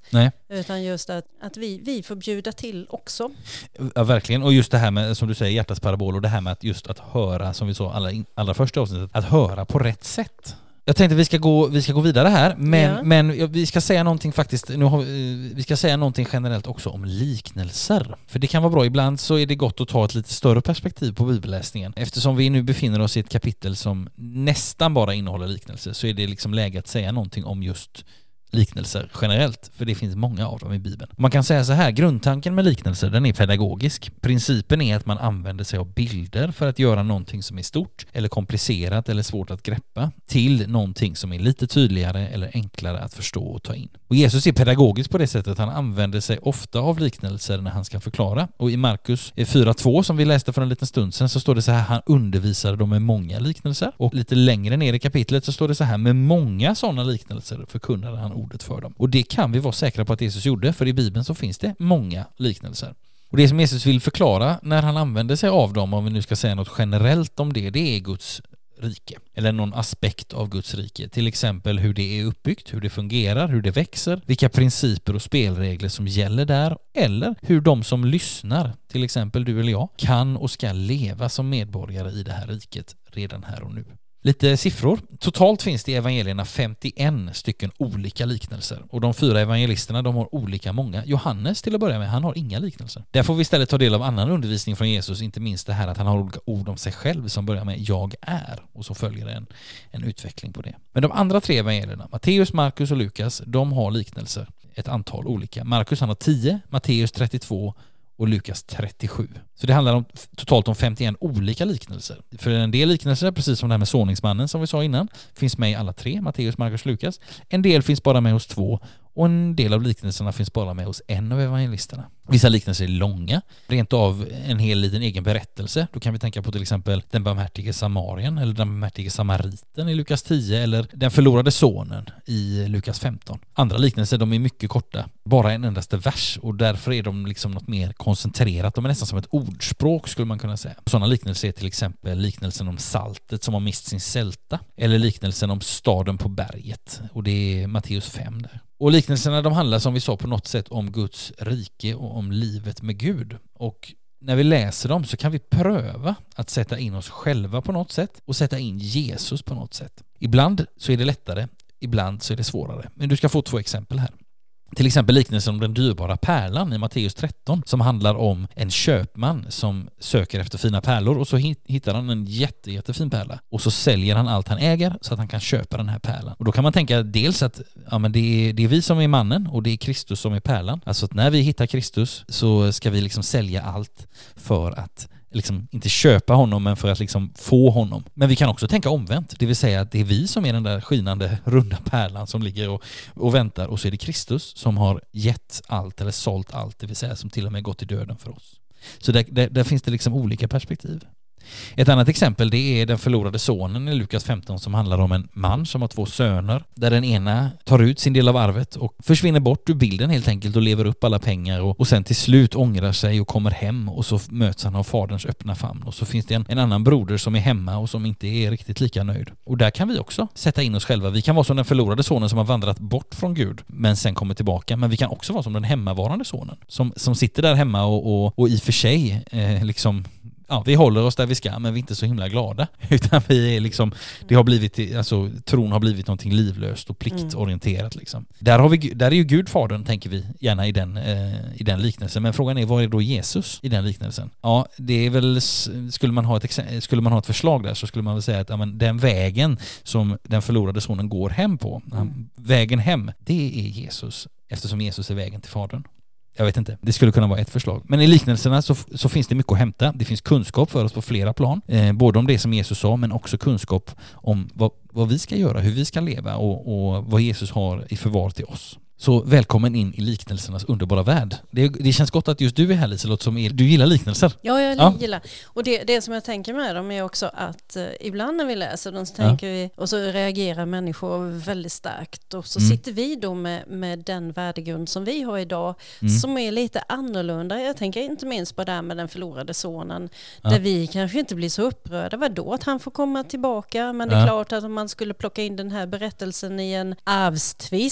Utan just att, att vi, vi får bjuda till också. Ja, verkligen. Och just det här med, som du säger, hjärtats parabol och det här med att just att höra, som vi sa alla, allra första avsnittet, att höra på rätt sätt. Jag tänkte att vi ska gå, vi ska gå vidare här, men, Ja. men vi ska säga någonting faktiskt, nu har vi, vi ska säga någonting generellt också om liknelser. För det kan vara bra, ibland så är det gott att ta ett lite större perspektiv på bibelläsningen. Eftersom vi nu befinner oss i ett kapitel som nästan bara innehåller liknelser, så är det liksom läge att säga någonting om just liknelser generellt, för det finns många av dem i Bibeln. Man kan säga så här, grundtanken med liknelser, den är pedagogisk. Principen är att man använder sig av bilder för att göra någonting som är stort eller komplicerat eller svårt att greppa till någonting som är lite tydligare eller enklare att förstå och ta in. Och Jesus är pedagogisk på det sättet att han använder sig ofta av liknelser när han ska förklara. Och i Markus fyra två som vi läste för en liten stund sedan så står det så här, han undervisade dem med många liknelser. Och lite längre ner i kapitlet så står det så här, med många sådana liknelser förkunnade han ordet för dem. Och det kan vi vara säkra på att Jesus gjorde, för i Bibeln så finns det många liknelser. Och det som Jesus vill förklara när han använder sig av dem, om vi nu ska säga något generellt om det, det är Guds rike. Eller någon aspekt av Guds rike. Till exempel hur det är uppbyggt, hur det fungerar, hur det växer, vilka principer och spelregler som gäller där, eller hur de som lyssnar, till exempel du eller jag, kan och ska leva som medborgare i det här riket redan här och nu. Lite siffror. Totalt finns det i evangelierna femtioen stycken olika liknelser. Och de fyra evangelisterna, de har olika många. Johannes till att börja med, han har inga liknelser. Där får vi istället ta del av annan undervisning från Jesus, inte minst det här att han har olika ord om sig själv som börjar med jag är. Och så följer det en, en utveckling på det. Men de andra tre evangelierna, Matteus, Markus och Lukas, de har liknelser. Ett antal olika. Markus han har tio, Matteus trettiotvå och Lukas trettiosju. Så det handlar om, totalt om femtioen olika liknelser. För en del liknelser, precis som det här med såningsmannen som vi sa innan, finns med i alla tre, Matteus, Markus och Lukas. En del finns bara med hos två och en del av liknelserna finns bara med hos en av evangelisterna. Vissa liknelser är långa, rent av en hel liten egen berättelse. Då kan vi tänka på till exempel den barmhärtige samarien eller den barmhärtige samariten i Lukas tio eller den förlorade sonen i Lukas femton. Andra liknelser, de är mycket korta, bara en endaste vers, och därför är de liksom något mer koncentrerat. De är nästan som ett ordspråk skulle man kunna säga. Sådana liknelser är till exempel liknelsen om saltet som har mist sin sälta eller liknelsen om staden på berget, och det är Matteus fem där. Och liknelserna de handlar som vi sa på något sätt om Guds rike och om livet med Gud. Och när vi läser dem så kan vi pröva att sätta in oss själva på något sätt och sätta in Jesus på något sätt. Ibland så är det lättare, ibland så är det svårare. Men du ska få två exempel här. Till exempel liknelsen om den dyrbara pärlan i Matteus tretton som handlar om en köpman som söker efter fina pärlor och så hittar han en jätte, jättefin pärla och så säljer han allt han äger så att han kan köpa den här pärlan. Och då kan man tänka dels att ja, men det, är, det är vi som är mannen och det är Kristus som är pärlan. Alltså att när vi hittar Kristus så ska vi liksom sälja allt för att liksom inte köpa honom men för att liksom få honom. Men vi kan också tänka omvänt. Det vill säga att det är vi som är den där skinande runda pärlan som ligger och, och väntar, och så är det Kristus som har gett allt eller sålt allt, det vill säga som till och med gått i döden för oss. Så där, där, där finns det liksom olika perspektiv. Ett annat exempel det är den förlorade sonen i Lukas femton som handlar om en man som har två söner där den ena tar ut sin del av arvet och försvinner bort ur bilden helt enkelt och lever upp alla pengar och, och sen till slut ångrar sig och kommer hem och så möts han av faderns öppna famn, och så finns det en, en annan broder som är hemma och som inte är riktigt lika nöjd. Och där kan vi också sätta in oss själva. Vi kan vara som den förlorade sonen som har vandrat bort från Gud men sen kommer tillbaka, men vi kan också vara som den hemmavarande sonen som, som sitter där hemma och, och, och i och för sig eh, liksom ja, vi håller oss där vi ska, men vi är inte så himla glada. Utan vi är liksom, det har blivit, alltså tron har blivit någonting livlöst och pliktorienterat liksom. Där har vi, där är ju Gud fadern, tänker vi gärna i den, eh, i den liknelsen. Men frågan är, vad är då Jesus i den liknelsen? Ja, det är väl, skulle man ha ett, skulle man ha ett förslag där så skulle man väl säga att ja, men den vägen som den förlorade sonen går hem på, mm. vägen hem, det är Jesus, eftersom Jesus är vägen till fadern. Jag vet inte, det skulle kunna vara ett förslag. Men i liknelserna så, så finns det mycket att hämta. Det finns kunskap för oss på flera plan. Eh, både om det som Jesus sa, men också kunskap om vad, vad vi ska göra, hur vi ska leva och, och vad Jesus har i förvar till oss. Så välkommen in i liknelsernas underbara värld. Det, det känns gott att just du är här, Liselott, som är, du gillar liknelser. Ja, jag ja. gillar. Och det, det som jag tänker med dem är också att eh, ibland när vi läser dem så tänker ja. vi, och så reagerar människor väldigt starkt. Och så mm. sitter vi då med, med den värdegrund som vi har idag mm. som är lite annorlunda. Jag tänker inte minst på det här med den förlorade sonen. Ja. Där vi kanske inte blir så upprörda. Vadå att han får komma tillbaka? Men det är ja. klart att om man skulle plocka in den här berättelsen i en arvstvist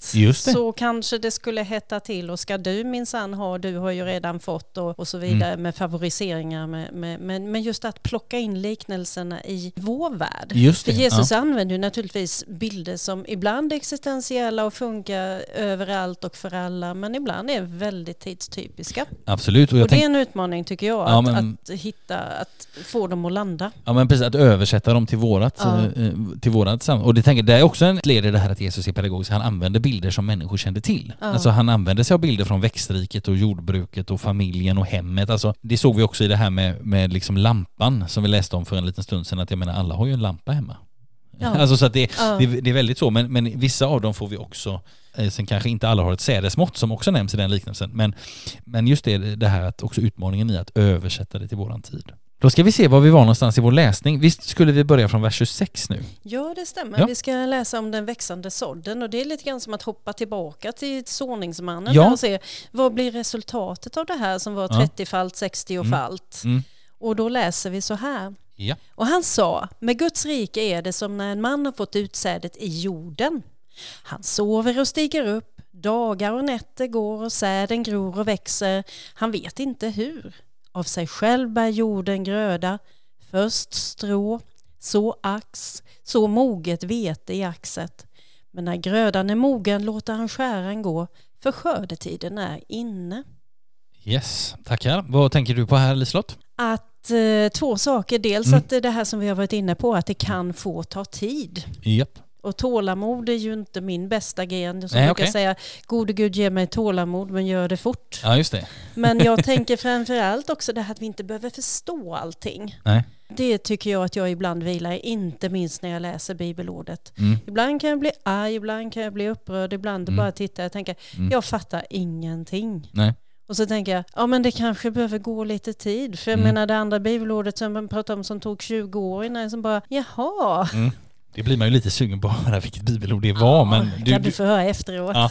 Just det. så kanske det skulle hetta till och ska du minsann ha, du har ju redan fått och, och så vidare mm. med favoriseringar med, med, med, men just att plocka in liknelserna i vår värld. Just det. För Jesus ja. använder ju naturligtvis bilder som ibland är existentiella och funkar överallt och för alla, men ibland är väldigt tidstypiska. Absolut. Och, jag och det tänk... är en utmaning tycker jag, ja, att, men... att hitta, att få dem att landa. Ja, men precis, att översätta dem till vårat, ja. till vårat samhälle. Och det, tänker, det är också en led i det här att Jesus är pedagogisk. Han använder bilder som människor kände till. Ja. Alltså han använder sig av bilder från växtriket och jordbruket och familjen och hemmet. Alltså, det såg vi också i det här med, med liksom lampan som vi läste om för en liten stund sedan, att jag menar alla har ju en lampa hemma. Ja. Alltså så att det, ja. det, det är väldigt så, men, men vissa av dem får vi också, eh, sen kanske inte alla har ett sädesmått som också nämns i den liknelsen, men, men just det, det här att också utmaningen i att översätta det till våran tid. Då ska vi se var vi var någonstans i vår läsning. Visst skulle vi börja från vers tjugosex nu? Ja, det stämmer. Ja. Vi ska läsa om den växande sådden och det är lite grann som att hoppa tillbaka till såningsmannen ja. och se vad blir resultatet av det här som var trettio-falt, sextio-falt. Mm. Mm. Och då läser vi så här. Ja. Och han sa, med Guds rike är det som när en man har fått utsädet i jorden. Han sover och stiger upp, dagar och nätter går och säden gror och växer. Han vet inte hur. Av sig själv bär jorden gröda, först strå, så ax, så moget vete i axet. Men när grödan är mogen låter han skäran gå, för skördetiden är inne. Yes, tackar. Vad tänker du på här, Liselott? Att eh, två saker, dels mm. att det här som vi har varit inne på, att det kan få ta tid. Japp. Och tålamod är ju inte min bästa gren. Som Nej, jag okay. kan säga, gode Gud ge mig tålamod men gör det fort. Ja, just det. Men jag tänker framförallt också det här att vi inte behöver förstå allting. Nej. Det tycker jag att jag ibland vilar i, inte minst när jag läser bibelordet. Mm. Ibland kan jag bli arg, ibland kan jag bli upprörd, ibland mm. bara titta och tänka, mm. jag fattar ingenting. Nej. Och så tänker jag, ja men det kanske behöver gå lite tid. För jag mm. menar det andra bibelordet som man pratar om som tog tjugo år innan, som bara, jaha. Mm. Det blir man ju lite sugen på att höra vilket bibelord det var. Ja, men du, kan du få höra efteråt. Ja,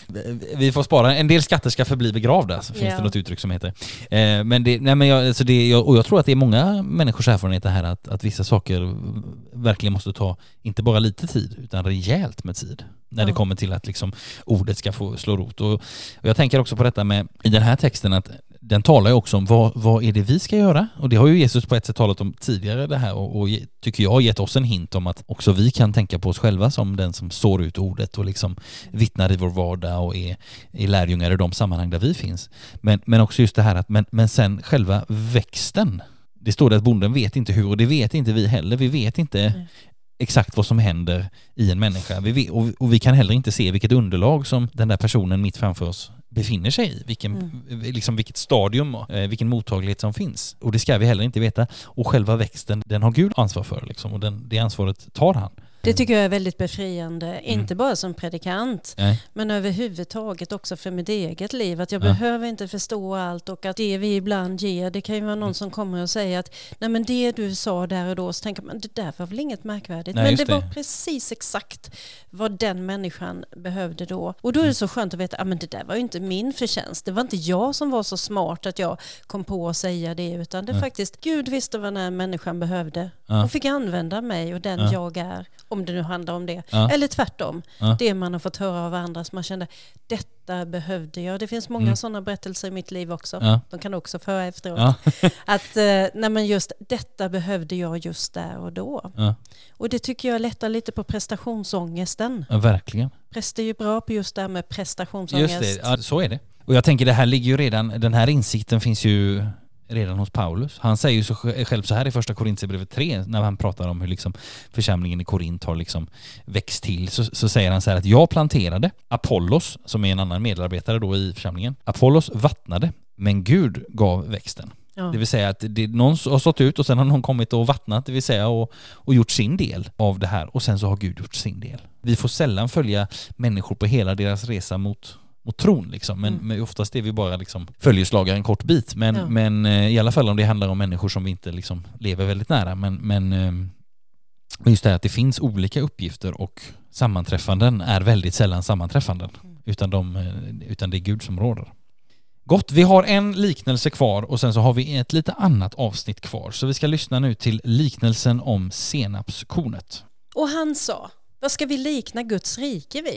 vi får spara. En del skatter ska förbli begravda, så finns ja. det något uttryck som heter. Eh, men det, nej men jag, alltså det, jag, och jag tror att det är många människors erfarenhet här att, att vissa saker verkligen måste ta inte bara lite tid utan rejält med tid. När ja. det kommer till att liksom ordet ska få slå rot. Och, och jag tänker också på detta med i den här texten att den talar ju också om vad, vad är det vi ska göra? Och det har ju Jesus på ett sätt talat om tidigare det här och, och tycker jag har gett oss en hint om att också vi kan tänka på oss själva som den som sår ut ordet och liksom vittnar i vår vardag och är, är lärjungar i de sammanhang där vi finns. Men, men också just det här att men, men sen själva växten. Det står det att bonden vet inte hur och det vet inte vi heller. Vi vet inte mm. exakt vad som händer i en människa. Vi vet, och, och vi kan heller inte se vilket underlag som den där personen mitt framför oss befinner sig i, vilken, mm. liksom vilket stadium och eh, vilken mottaglighet som finns. Och det ska vi heller inte veta. Och själva växten, den har Gud ansvar för liksom, och den, det ansvaret tar han. Det tycker jag är väldigt befriande, mm. inte bara som predikant, Nej. men överhuvudtaget också för mitt eget liv. Att jag ja. behöver inte förstå allt och att det vi ibland ger, det kan ju vara någon mm. som kommer och säger att nej men det du sa där och då, så tänker man det där var väl inget märkvärdigt. Nej, men det, det var precis exakt vad den människan behövde då. Och då är det så skönt att veta att ah, det där var ju inte min förtjänst. Det var inte jag som var så smart att jag kom på att säga det, utan det är faktiskt Gud visste vad den här människan behövde ja. och fick använda mig och den ja. jag är. Om det nu handlar om det. Ja. Eller tvärtom. Ja. Det man har fått höra av andra som man kände, detta behövde jag. Det finns många mm. sådana berättelser i mitt liv också. Ja. De kan också få höra efteråt. Ja. att eh, nej men just detta behövde jag just där och då. Ja. Och det tycker jag lättar lite på prestationsångesten. Ja, verkligen. Präster är ju bra på just det här med prestationsångest. Just det, ja, så är det. Och jag tänker det här ligger ju redan, den här insikten finns ju redan hos Paulus. Han säger ju så själv så här i första Korintierbrevet tre när han pratar om hur liksom församlingen i Korint har liksom växt till, så, så säger han så här att jag planterade, Apollos som är en annan medarbetare då i församlingen, Apollos vattnade, men Gud gav växten. Ja. Det vill säga att det, någon har stått ut och sen har någon kommit och vattnat, det vill säga och, och gjort sin del av det här och sen så har Gud gjort sin del. Vi får sällan följa människor på hela deras resa mot mot tron liksom, men, mm. men oftast är vi bara liksom följeslagare en kort bit, men, ja. men i alla fall om det handlar om människor som vi inte liksom lever väldigt nära, men, men just det här att det finns olika uppgifter och sammanträffanden är väldigt sällan sammanträffanden, mm. utan, de, utan det är Gud som råder. Gott, vi har en liknelse kvar och sen så har vi ett lite annat avsnitt kvar, så vi ska lyssna nu till liknelsen om senapskornet. Och han sa, vad ska vi likna Guds rike vid?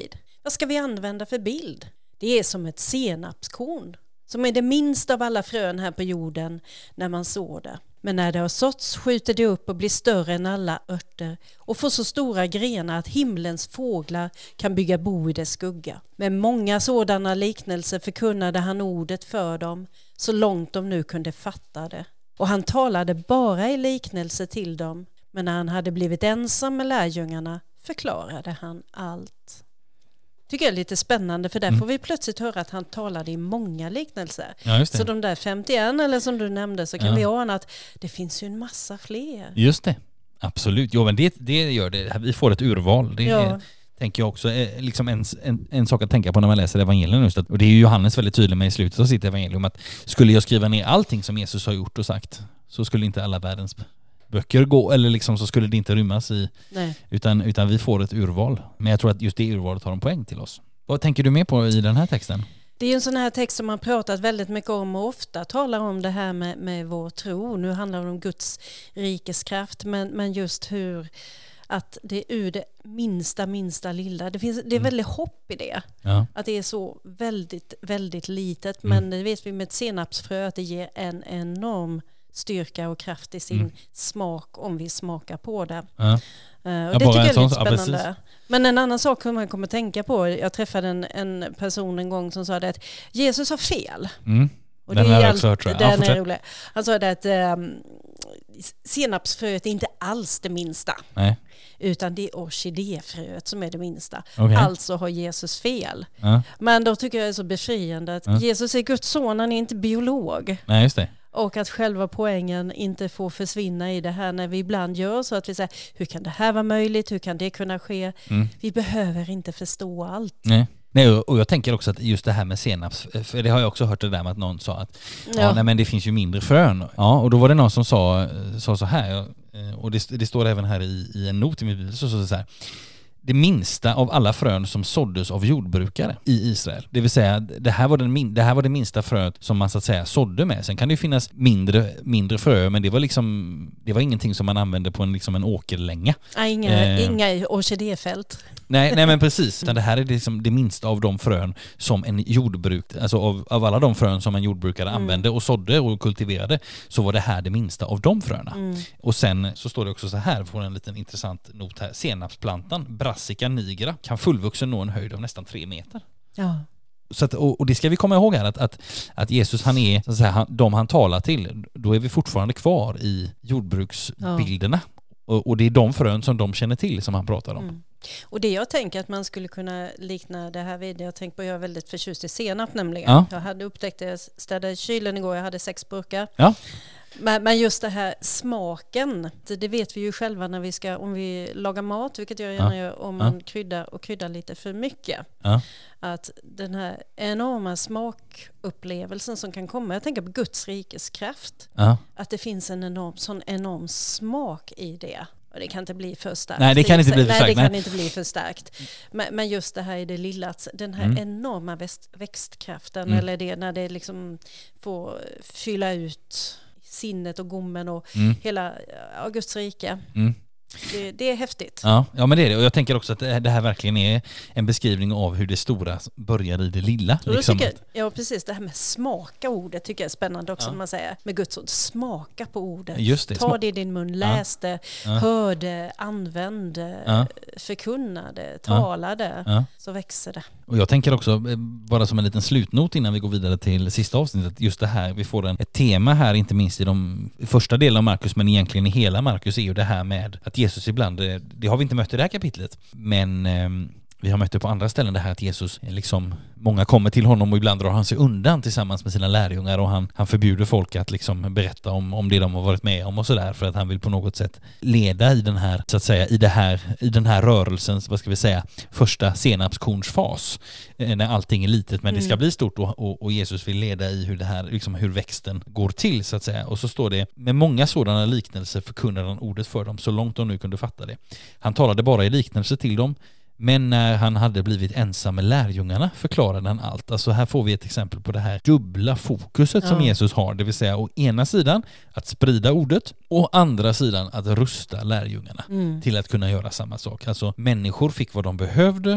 Vad ska vi använda för bild? Det är som ett senapskorn, som är det minsta av alla frön här på jorden när man sår det. Men när det har såtts skjuter det upp och blir större än alla örter och får så stora grenar att himlens fåglar kan bygga bo i dess skugga. Med många sådana liknelser förkunnade han ordet för dem, så långt de nu kunde fatta det. Och han talade bara i liknelse till dem, men när han hade blivit ensam med lärjungarna förklarade han allt. Tycker jag är lite spännande, för där mm. får vi plötsligt höra att han talade i många liknelser. Ja, just det. Så de där femtioen, eller som du nämnde, så kan ja. vi ana att det finns ju en massa fler. Just det, absolut. Jo, men det, det gör det. Vi får ett urval. Det ja. är, tänker jag också, är liksom en, en, en sak att tänka på när man läser evangelien just. Att, och det är ju Johannes väldigt tydlig med i slutet av sitt evangelium, att skulle jag skriva ner allting som Jesus har gjort och sagt, så skulle inte alla världens böcker gå, eller liksom så skulle det inte rymmas i, utan, utan vi får ett urval. Men jag tror att just det urvalet har en poäng till oss. Vad tänker du med på i den här texten? Det är en sån här text som man pratat väldigt mycket om och ofta talar om det här med, med vår tro. Nu handlar det om Guds rikeskraft, men, men just hur att det är ur det minsta, minsta lilla. Det, finns, det är väldigt hopp i det. Ja. Att det är så väldigt, väldigt litet. Men mm. det vet vi med ett senapsfrö att det ger en enorm styrka och kraft i sin mm. smak om vi smakar på det. Ja. Uh, och ja, det tycker jag är lite spännande. Ja, men en annan sak som man kommer tänka på, jag träffade en, en person en gång som sa det att Jesus har fel. Mm. Och den det har är jag också hört, tror jag. Den ja, är rolig. Han sa det att um, senapsfröet är inte alls det minsta. Nej. Utan det är orkidéfröet som är det minsta. Okay. Alltså har Jesus fel. Ja. Men då tycker jag det är så befriande att ja. Jesus är Guds son, han är inte biolog. Nej, just det. Och att själva poängen inte får försvinna i det här när vi ibland gör så att vi säger, hur kan det här vara möjligt? Hur kan det kunna ske? Mm. Vi behöver inte förstå allt. Nej. Nej, och jag tänker också att just det här med senaps, för det har jag också hört det där med att någon sa att ja. Ja, nej, men det finns ju mindre frön. Ja, och då var det någon som sa, sa så här, och det, det står även här i, i en not i min bibel, så, så, så här. Det minsta av alla frön som såddes av jordbrukare i Israel. Det vill säga, det här var, den min, det här var det minsta fröet som man så att säga sådde med. Sen kan det ju finnas mindre, mindre frö, men det var liksom det var ingenting som man använde på en, liksom en åkerlänga. Nej, inga, eh, inga orkidéfält. Nej, nej men precis. Utan det här är liksom det minsta av de frön som en jordbruk, alltså av, av alla de frön som en jordbrukare mm. använde och sådde och kultiverade, så var det här det minsta av de fröna. Mm. Och sen så står det också så här, får en liten intressant not här. Senapsplantan, Brassica nigra, kan fullvuxen nå en höjd av nästan tre meter. Ja. Så att, och, och det ska vi komma ihåg här, att, att, att Jesus, han är så att säga, han, de han talar till, då är vi fortfarande kvar i jordbruksbilderna. Ja. Och, och det är de frön som de känner till som han pratar om. Mm. Och det jag tänker att man skulle kunna likna det här vid, jag tänkte på, jag är väldigt förtjust i senap nämligen. Ja. Jag hade upptäckt det, jag städade kylen igår, jag hade sex burkar. Ja. Men, men just det här smaken, det vet vi ju själva när vi ska, om vi lagar mat, vilket jag gärna ja. gör, om man ja. kryddar och kryddar lite för mycket. Ja. Att den här enorma smakupplevelsen som kan komma, jag tänker på Guds rikes kraft, ja. att det finns en enorm, sån enorm smak i det. Och det kan inte bli för starkt. Nej, det kan inte bli för starkt. Nej, det kan nej. inte bli för starkt. Men, men just det här är det lilla, den här mm. enorma växt, växtkraften, mm. eller det när det liksom får fylla ut sinnet och gommen och mm. hela Augusts rike. Mm. Det, det är häftigt. Ja, ja, men det är det. Och jag tänker också att det här verkligen är en beskrivning av hur det stora börjar i det lilla. Liksom. Tycker, ja, precis. Det här med smaka ordet tycker jag är spännande också. Ja. När man säger med Guds ord, smaka på ordet. Just det. Ta det i din mun, läs det, ja. hör det, använd det, ja. förkunna det, tala det, ja. så växer det. Och jag tänker också, bara som en liten slutnot innan vi går vidare till sista avsnittet, just det här, vi får en, ett tema här, inte minst i de första delen av Markus, men egentligen i hela Markus, är ju det här med att Jesus ibland, det har vi inte mött i det här kapitlet, men eh, vi har mött det på andra ställen, det här att Jesus, liksom, många kommer till honom och ibland drar han sig undan tillsammans med sina lärjungar, och han, han förbjuder folk att liksom berätta om, om det de har varit med om och sådär, för att han vill på något sätt leda i den här, så att säga, i det här, i den här rörelsens, vad ska vi säga, första senapskornsfas, eh, när allting är litet men mm. det ska bli stort, och, och, och Jesus vill leda i hur det här, liksom hur växten går till, så att säga. Och så står det, med många sådana liknelser förkunnade han ordet för dem så långt de nu kunde fatta det. Han talade bara i liknelser till dem, men när han hade blivit ensam med lärjungarna förklarade han allt. Alltså här får vi ett exempel på det här dubbla fokuset ja. som Jesus har. Det vill säga å ena sidan att sprida ordet, och å andra sidan att rusta lärjungarna mm. till att kunna göra samma sak. Alltså människor fick vad de behövde,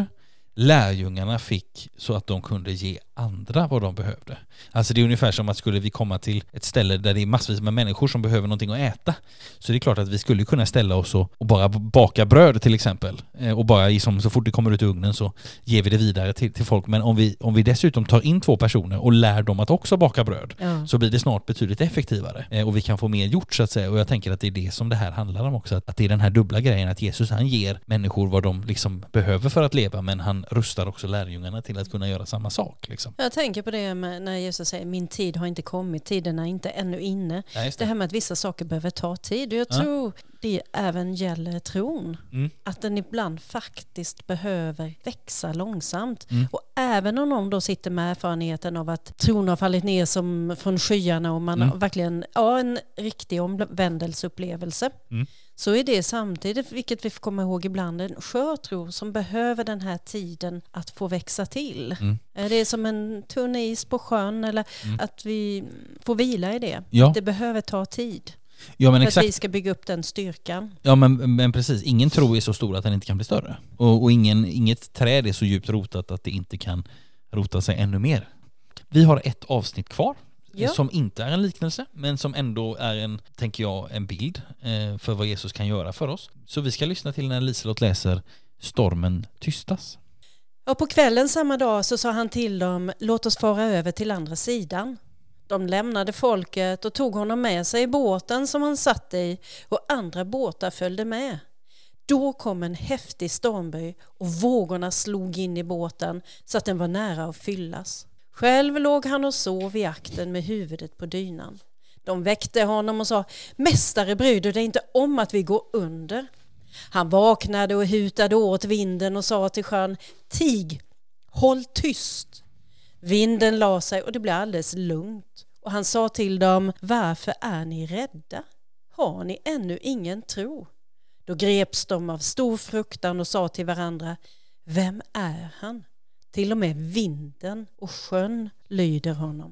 lärjungarna fick så att de kunde ge andra vad de behövde. Alltså det är ungefär som att skulle vi komma till ett ställe där det är massvis med människor som behöver någonting att äta, så det är klart att vi skulle kunna ställa oss och, och bara baka bröd till exempel, och bara liksom, så fort det kommer ut i ugnen så ger vi det vidare till, till folk. Men om vi, om vi dessutom tar in två personer och lär dem att också baka bröd, ja. så blir det snart betydligt effektivare och vi kan få mer gjort så att säga. Och jag tänker att det är det som det här handlar om också, att, att det är den här dubbla grejen, att Jesus han ger människor vad de liksom behöver för att leva, men han rustar också lärjungarna till att kunna göra samma sak. Liksom. Jag tänker på det med när Jesus säger min tid har inte kommit, tiden är inte ännu inne. Ja, det. det här med att vissa saker behöver ta tid. Jag ja. tror det även gäller tron. Mm. Att den ibland faktiskt behöver växa långsamt. Mm. Och även om någon då sitter med erfarenheten av att tron har fallit ner som från skyarna och man mm. har verkligen ja, en riktig omvändelseupplevelse. Mm. Så är det samtidigt, vilket vi får komma ihåg ibland, en skörtro som behöver den här tiden att få växa till. Mm. Det är som en tunn is på sjön, eller mm. att vi får vila i det. Ja. Det behöver ta tid. Ja, men för exakt. Att vi ska bygga upp den styrkan. Ja, men, men precis. Ingen tro är så stor att den inte kan bli större. Och, och ingen, inget träd är så djupt rotat att det inte kan rota sig ännu mer. Vi har ett avsnitt kvar. Ja. Som inte är en liknelse, men som ändå är en, tänker jag, en bild eh, för vad Jesus kan göra för oss. Så vi ska lyssna till när Liselott läser Stormen tystas. Och på kvällen samma dag så sa han till dem, låt oss fara över till andra sidan. De lämnade folket och tog honom med sig i båten som han satt i, och andra båtar följde med. Då kom en häftig stormby och vågorna slog in i båten så att den var nära att fyllas. Själv låg han och sov i akten med huvudet på dynan. De väckte honom och sa, mästare, bryr du dig inte om att vi går under? Han vaknade och hutade åt vinden och sa till sjön, tig, håll tyst. Vinden la sig och det blev alldeles lugnt. Och han sa till dem, varför är ni rädda? Har ni ännu ingen tro? Då greps de av stor fruktan och sa till varandra, vem är han? Till och med vinden och sjön lyder honom.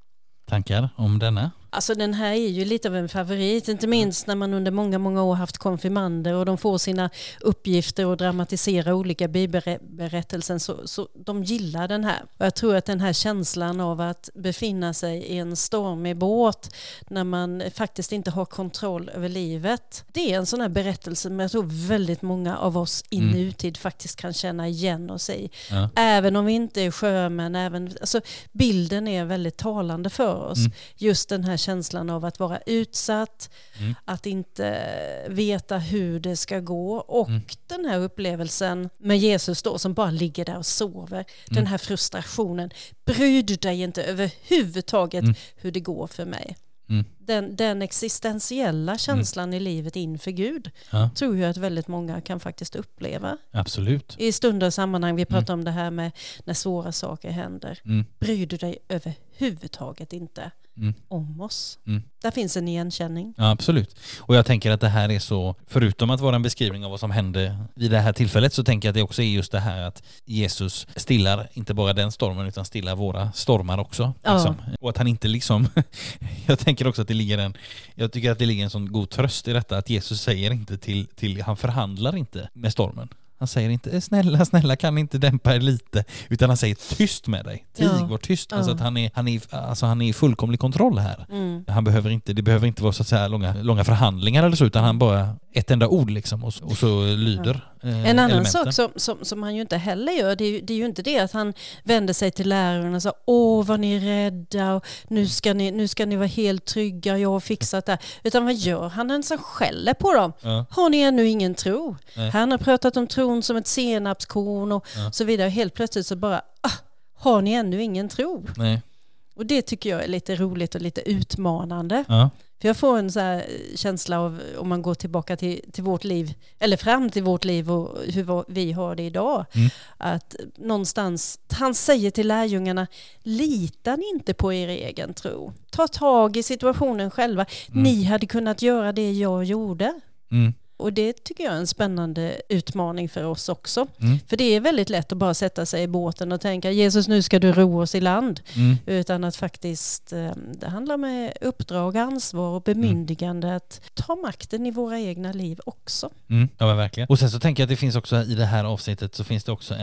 Tankar om denna? Alltså den här är ju lite av en favorit, inte minst när man under många, många år haft konfirmander och de får sina uppgifter och dramatisera olika bibelberättelser, så, så de gillar den här. Och jag tror att den här känslan av att befinna sig i en stormig båt när man faktiskt inte har kontroll över livet, det är en sån här berättelse som jag tror väldigt många av oss i mm. nutid faktiskt kan känna igen oss i. Ja. Även om vi inte är sjömän, även, alltså, bilden är väldigt talande för oss. Mm. Just den här känslan av att vara utsatt, mm. att inte veta hur det ska gå, och mm. den här upplevelsen med Jesus då som bara ligger där och sover. Mm. Den här frustrationen. Bryr du dig inte överhuvudtaget mm. hur det går för mig? Mm. Den, den existentiella känslan mm. i livet inför Gud ja. tror jag att väldigt många kan faktiskt uppleva. Absolut. I stunder och sammanhang, vi pratar mm. om det här med när svåra saker händer. Mm. Bryr du dig överhuvudtaget inte mm. om oss? Mm. Där finns en igenkänning. Ja, absolut. Och jag tänker att det här är så, förutom att vara en beskrivning av vad som hände vid det här tillfället, så tänker jag att det också är just det här att Jesus stillar inte bara den stormen utan stillar våra stormar också. Ja. Liksom. Och att han inte liksom jag tänker också att det ligger en jag tycker att det ligger en sån god tröst i detta, att Jesus säger inte till, till han förhandlar inte med stormen. Han säger inte, snälla, snälla, kan inte dämpa er lite? Utan han säger, tyst med dig. Tig, ja. var tyst. Alltså ja. att han är, han är, alltså han är i fullkomlig kontroll här. Mm. Han behöver inte, det behöver inte vara så att säga långa, långa förhandlingar eller så, utan han bara ett enda ord liksom, och, och så lyder ja. eh, En annan elementen. sak som, som, som han ju inte heller gör, det är, ju, det är ju inte det att han vänder sig till lärarna och sa, åh vad ni är rädda och nu ska ni, nu ska ni vara helt trygga, jag har fixat det. Utan vad gör han? Han som skäller på dem. Ja. Har ni ännu ingen tro? Nej. Han har pratat om tron som ett senapskorn och ja. så vidare. Helt plötsligt så bara, ah, har ni ännu ingen tro? Nej. Och det tycker jag är lite roligt och lite utmanande. Ja. För jag får en så här känsla av, om man går tillbaka till, till vårt liv, eller fram till vårt liv och hur vi har det idag, mm. att någonstans, han säger till lärjungarna, litar ni inte på er egen tro? Ta tag i situationen själva. Mm. Ni hade kunnat göra det jag gjorde. Mm. Och det tycker jag är en spännande utmaning för oss också. Mm. För det är väldigt lätt att bara sätta sig i båten och tänka, Jesus, nu ska du ro oss i land. Mm. Utan att faktiskt, det handlar med uppdrag, ansvar och bemyndigande mm. att ta makten i våra egna liv också. Mm. Ja, men verkligen. Och sen så tänker jag att det finns också i det här avsnittet så finns det också en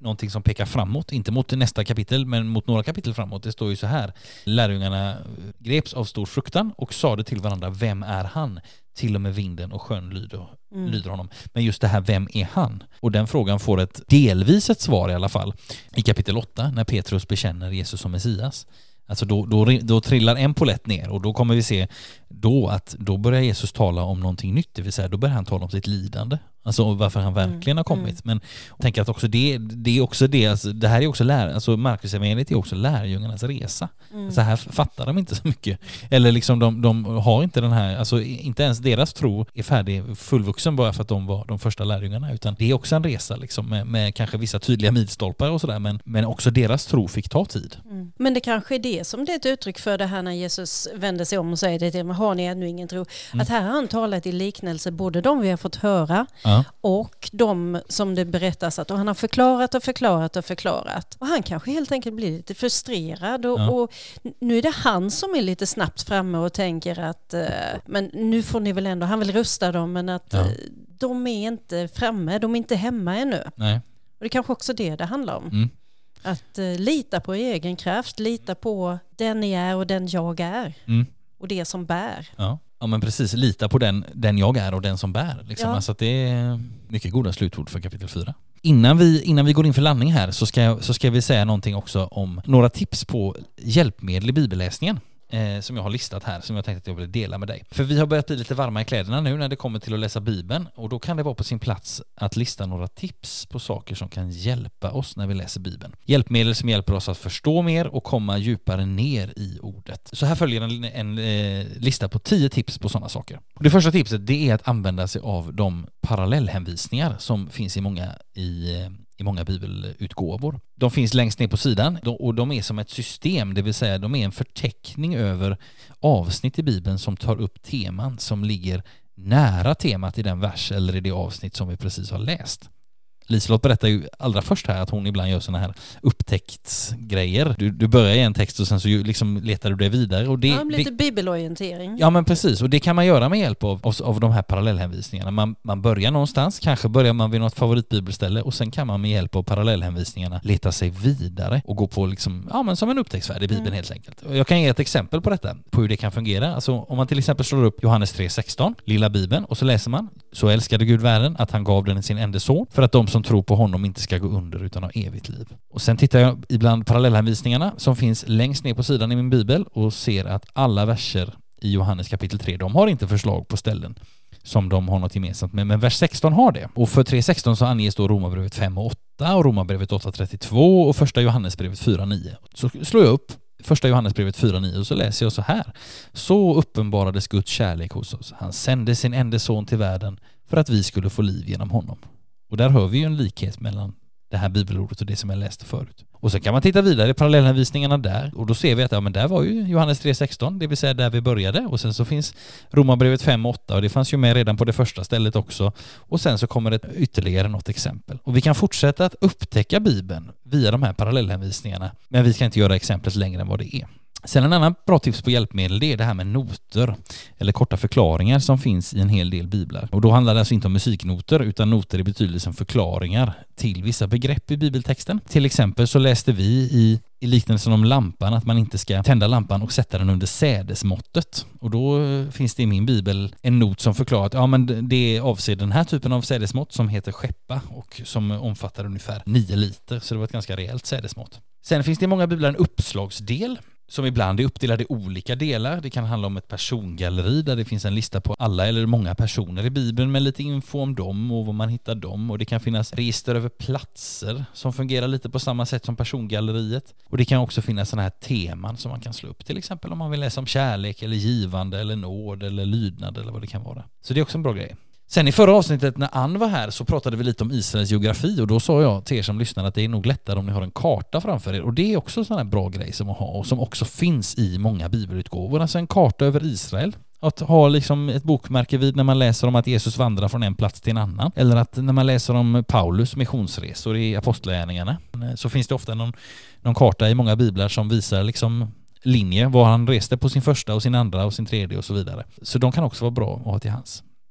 någonting som pekar framåt, inte mot nästa kapitel men mot några kapitel framåt. Det står ju så här: lärjungarna greps av stor fruktan och sade till varandra, vem är han? Till och med vinden och sjön lyder, mm. lyder honom. Men just det här, vem är han? Och den frågan får ett delvis ett svar i alla fall i kapitel åtta när Petrus bekänner Jesus som Messias. Alltså då, då, då trillar en polett ner och då kommer vi se då att då börjar Jesus tala om någonting nytt, det vill säga då börjar han tala om sitt lidande. Alltså varför han verkligen har kommit. Mm. Men tänk att också det, det är också det, alltså, det här är också lär, alltså Markus evangeliet är också lärjungarnas resa. Mm. Så här fattar de inte så mycket. Eller liksom de, de har inte den här, alltså inte ens deras tro är färdig fullvuxen bara för att de var de första lärjungarna, utan det är också en resa liksom med, med kanske vissa tydliga milstolpar och sådär, men, men också deras tro fick ta tid. Mm. Men det kanske är det som det är ett uttryck för det här när Jesus vänder sig om och säger det till dem, har ni ännu ingen tro? Mm. Att här har han talat i liknelse, både de vi har fått höra ja. och de som det berättas att och han har förklarat och förklarat och förklarat. Och han kanske helt enkelt blir lite frustrerad och, ja. och nu är det han som är lite snabbt framme och tänker att uh, men nu får ni väl ändå, han vill rusta dem, men att ja. uh, de är inte framme, de är inte hemma ännu. Nej. Och det är kanske också det det handlar om. Mm. Att uh, lita på egen kraft, lita på den ni är och den jag är. Mm. Och det som bär. Ja. Ja men precis, lita på den, den jag är och den som bär. Liksom. Ja. Alltså att det är mycket goda slutord för kapitel fyra. Innan vi, innan vi går in för landning här så ska, så ska vi säga någonting också om några tips på hjälpmedel i bibelläsningen. Eh, som jag har listat här, som jag tänkte att jag vill dela med dig. För vi har börjat bli lite varma i kläderna nu när det kommer till att läsa Bibeln, och då kan det vara på sin plats att lista några tips på saker som kan hjälpa oss när vi läser Bibeln. Hjälpmedel som hjälper oss att förstå mer och komma djupare ner i ordet. Så här följer en, en eh, lista på tio tips på sådana saker. Och det första tipset, det är att använda sig av de parallellhänvisningar som finns i många i eh, i många bibelutgåvor. De finns längst ner på sidan och de är som ett system, det vill säga de är en förteckning över avsnitt i Bibeln som tar upp teman som ligger nära temat i den vers eller i det avsnitt som vi precis har läst. Liselott berättar ju allra först här att hon ibland gör såna här upptäcktsgrejer. Du, du börjar i en text och sen så liksom letar du dig vidare. Och det, ja, lite det, bibelorientering. Ja, men precis. Och det kan man göra med hjälp av, av, av de här parallellhänvisningarna. Man, man börjar någonstans, kanske börjar man vid något favoritbibelställe och sen kan man med hjälp av parallellhänvisningarna leta sig vidare och gå på liksom, ja, men som en upptäcktsfärd i Bibeln mm. helt enkelt. Och jag kan ge ett exempel på detta, på hur det kan fungera. Alltså om man till exempel slår upp Johannes tre sexton, lilla Bibeln, och så läser man: så älskade Gud världen att han gav den sin enda son för att de som tror på honom inte ska gå under utan ha evigt liv. Och sen tittar jag ibland parallellhänvisningarna som finns längst ner på sidan i min bibel och ser att alla verser i Johannes kapitel tre, de har inte förslag på ställen som de har något gemensamt med, men vers sexton har det. Och för tre sexton så anges då Romarbrevet fem och åtta och Romarbrevet åtta trettiotvå och första Johannesbrevet fyra nio. Så slår jag upp första Johannesbrevet fyra nio och så läser jag så här: så uppenbarades Guds kärlek hos oss. Han sände sin enda son till världen för att vi skulle få liv genom honom. Och där hör vi ju en likhet mellan det här bibelordet och det som jag läste förut. Och så kan man titta vidare i parallellhänvisningarna där och då ser vi att ja, men där var ju Johannes tre sexton, det vill säga där vi började, och sen så finns Romarbrevet fem och åtta och det fanns ju med redan på det första stället också, och sen så kommer det ytterligare något exempel. Och vi kan fortsätta att upptäcka Bibeln via de här parallellhänvisningarna, men vi ska inte göra exemplet längre än vad det är. Sen en annan bra tips på hjälpmedel, det är det här med noter eller korta förklaringar som finns i en hel del biblar. Och då handlar det alltså inte om musiknoter utan noter i betydelsen förklaringar till vissa begrepp i bibeltexten. Till exempel så läste vi i, i liknelsen om lampan att man inte ska tända lampan och sätta den under sädesmåttet. Och då finns det i min bibel en not som förklarar att ja, men det avser den här typen av sädesmått som heter skeppa och som omfattar ungefär nio liter, så det var ett ganska rejält sädesmått. Sen finns det i många biblar en uppslagsdel som ibland är uppdelad i olika delar. Det kan handla om ett persongalleri där det finns en lista på alla eller många personer i Bibeln med lite info om dem och var man hittar dem. Och det kan finnas register över platser som fungerar lite på samma sätt som persongalleriet. Och det kan också finnas sådana här teman som man kan slå upp. Till exempel om man vill läsa om kärlek eller givande eller nåd eller lydnad eller vad det kan vara. Så det är också en bra grej. Sen i förra avsnittet när Ann var här så pratade vi lite om Israels geografi och då sa jag till er som lyssnar att det är nog lättare om ni har en karta framför er, och det är också en sån här bra grej som att ha och som också finns i många bibelutgåvor, alltså en karta över Israel. Att ha liksom ett bokmärke vid när man läser om att Jesus vandrar från en plats till en annan, eller att när man läser om Paulus missionsresor i apostlagärningarna så finns det ofta någon, någon karta i många biblar som visar liksom linje var han reste på sin första och sin andra och sin tredje och så vidare. Så de kan också vara bra att ha till hands.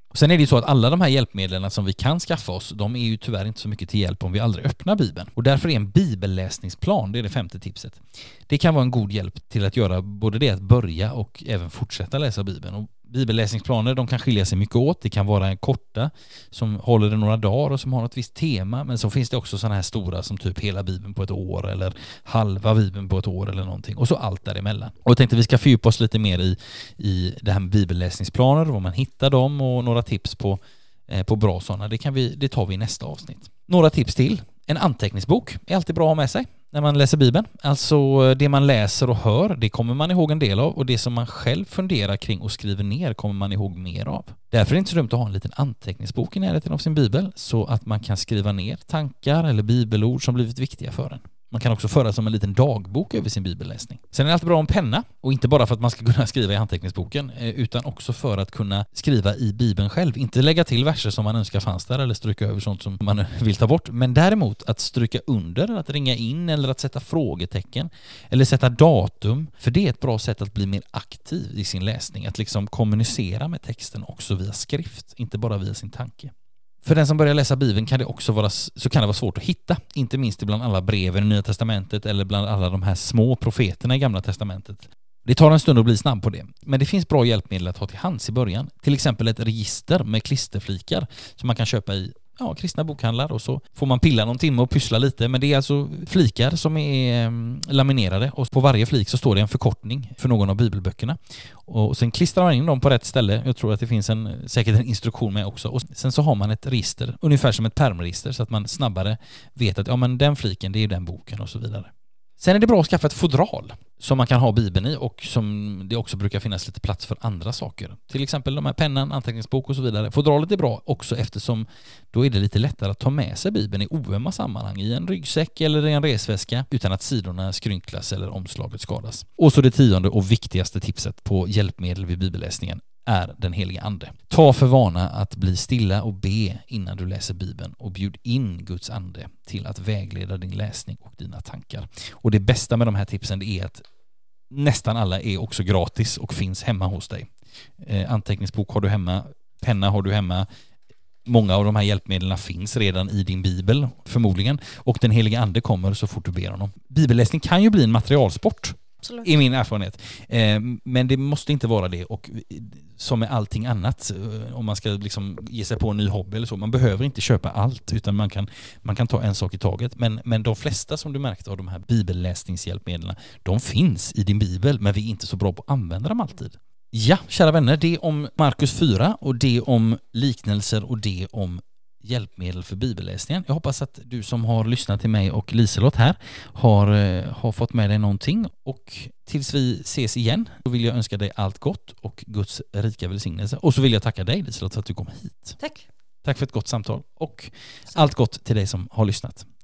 Sen är det ju så att alla de här hjälpmedlen som vi kan skaffa oss, de är ju tyvärr inte så mycket till hjälp om vi aldrig öppnar Bibeln. Och därför är en bibelläsningsplan, det är det femte tipset. Det kan vara en god hjälp till att göra både det att börja och även fortsätta läsa Bibeln. Och bibelläsningsplaner, de kan skilja sig mycket åt. Det kan vara en korta som håller i några dagar och som har ett visst tema. Men så finns det också sådana här stora som typ hela Bibeln på ett år eller halva Bibeln på ett år eller någonting. Och så allt däremellan. Och jag tänkte vi ska fördjupa oss lite mer i, i det här med bibelläsningsplaner, var man hittar dem och några tips på, eh, på bra sådana. Det, kan vi, det tar vi i nästa avsnitt. Några tips till. En anteckningsbok är alltid bra att ha med sig när man läser Bibeln. Alltså det man läser och hör, det kommer man ihåg en del av, och det som man själv funderar kring och skriver ner kommer man ihåg mer av. Därför är det inte så dumt att ha en liten anteckningsbok i närheten av sin bibel så att man kan skriva ner tankar eller bibelord som blivit viktiga för en. Man kan också föra som en liten dagbok över sin bibelläsning. Sen är det alltid bra om penna, och inte bara för att man ska kunna skriva i anteckningsboken utan också för att kunna skriva i Bibeln själv. Inte lägga till verser som man önskar fanns där eller stryka över sånt som man vill ta bort, men däremot att stryka under, att ringa in eller att sätta frågetecken eller sätta datum, för det är ett bra sätt att bli mer aktiv i sin läsning, att liksom kommunicera med texten också via skrift, inte bara via sin tanke. För den som börjar läsa Bibeln kan det också vara, så kan det vara svårt att hitta, inte minst bland alla breven i Nya Testamentet eller bland alla de här små profeterna i Gamla Testamentet. Det tar en stund att bli snabb på det, men det finns bra hjälpmedel att ha till hands i början. Till exempel ett register med klisterflikar som man kan köpa i ja, kristna bokhandlar, och så får man pilla någon timme och pyssla lite, men det är alltså flikar som är um, laminerade, och på varje flik så står det en förkortning för någon av bibelböckerna, och sen klistrar man in dem på rätt ställe. Jag tror att det finns en, säkert en instruktion med också, och sen så har man ett register, ungefär som ett pärmregister, så att man snabbare vet att ja, men den fliken, det är den boken och så vidare. Sen är det bra att skaffa ett fodral som man kan ha Bibeln i, och som det också brukar finnas lite plats för andra saker. Till exempel de här pennan, anteckningsbok och så vidare. Fodralet är bra också eftersom då är det lite lättare att ta med sig Bibeln i oömma sammanhang, i en ryggsäck eller i en resväska, utan att sidorna skrynklas eller omslaget skadas. Och så det tionde och viktigaste tipset på hjälpmedel vid bibelläsningen är den heliga ande. Ta för vana att bli stilla och be innan du läser Bibeln, och bjud in Guds ande till att vägleda din läsning och dina tankar. Och det bästa med de här tipsen är att nästan alla är också gratis och finns hemma hos dig. Eh, anteckningsbok har du hemma, penna har du hemma. Många av de här hjälpmedlen finns redan i din bibel förmodligen, och den heliga ande kommer så fort du ber honom. Bibelläsning kan ju bli en materialsport. Absolut. I min erfarenhet. Eh, men det måste inte vara det, och som med allting annat, om man ska liksom ge sig på en ny hobby eller så, man behöver inte köpa allt, utan man kan, man kan ta en sak i taget. Men, men de flesta som du märkte av de här bibelläsningshjälpmedlen, de finns i din bibel, men vi är inte så bra på att använda dem alltid. Ja, kära vänner, det om Markus fyra, och det om liknelser, och det om hjälpmedel för bibelläsningen. Jag hoppas att du som har lyssnat till mig och Liselott här har, har fått med dig någonting, och tills vi ses igen så vill jag önska dig allt gott och Guds rika välsignelse, och så vill jag tacka dig, Liselott, för att du kom hit. Tack. Tack för ett gott samtal, och allt gott till dig som har lyssnat.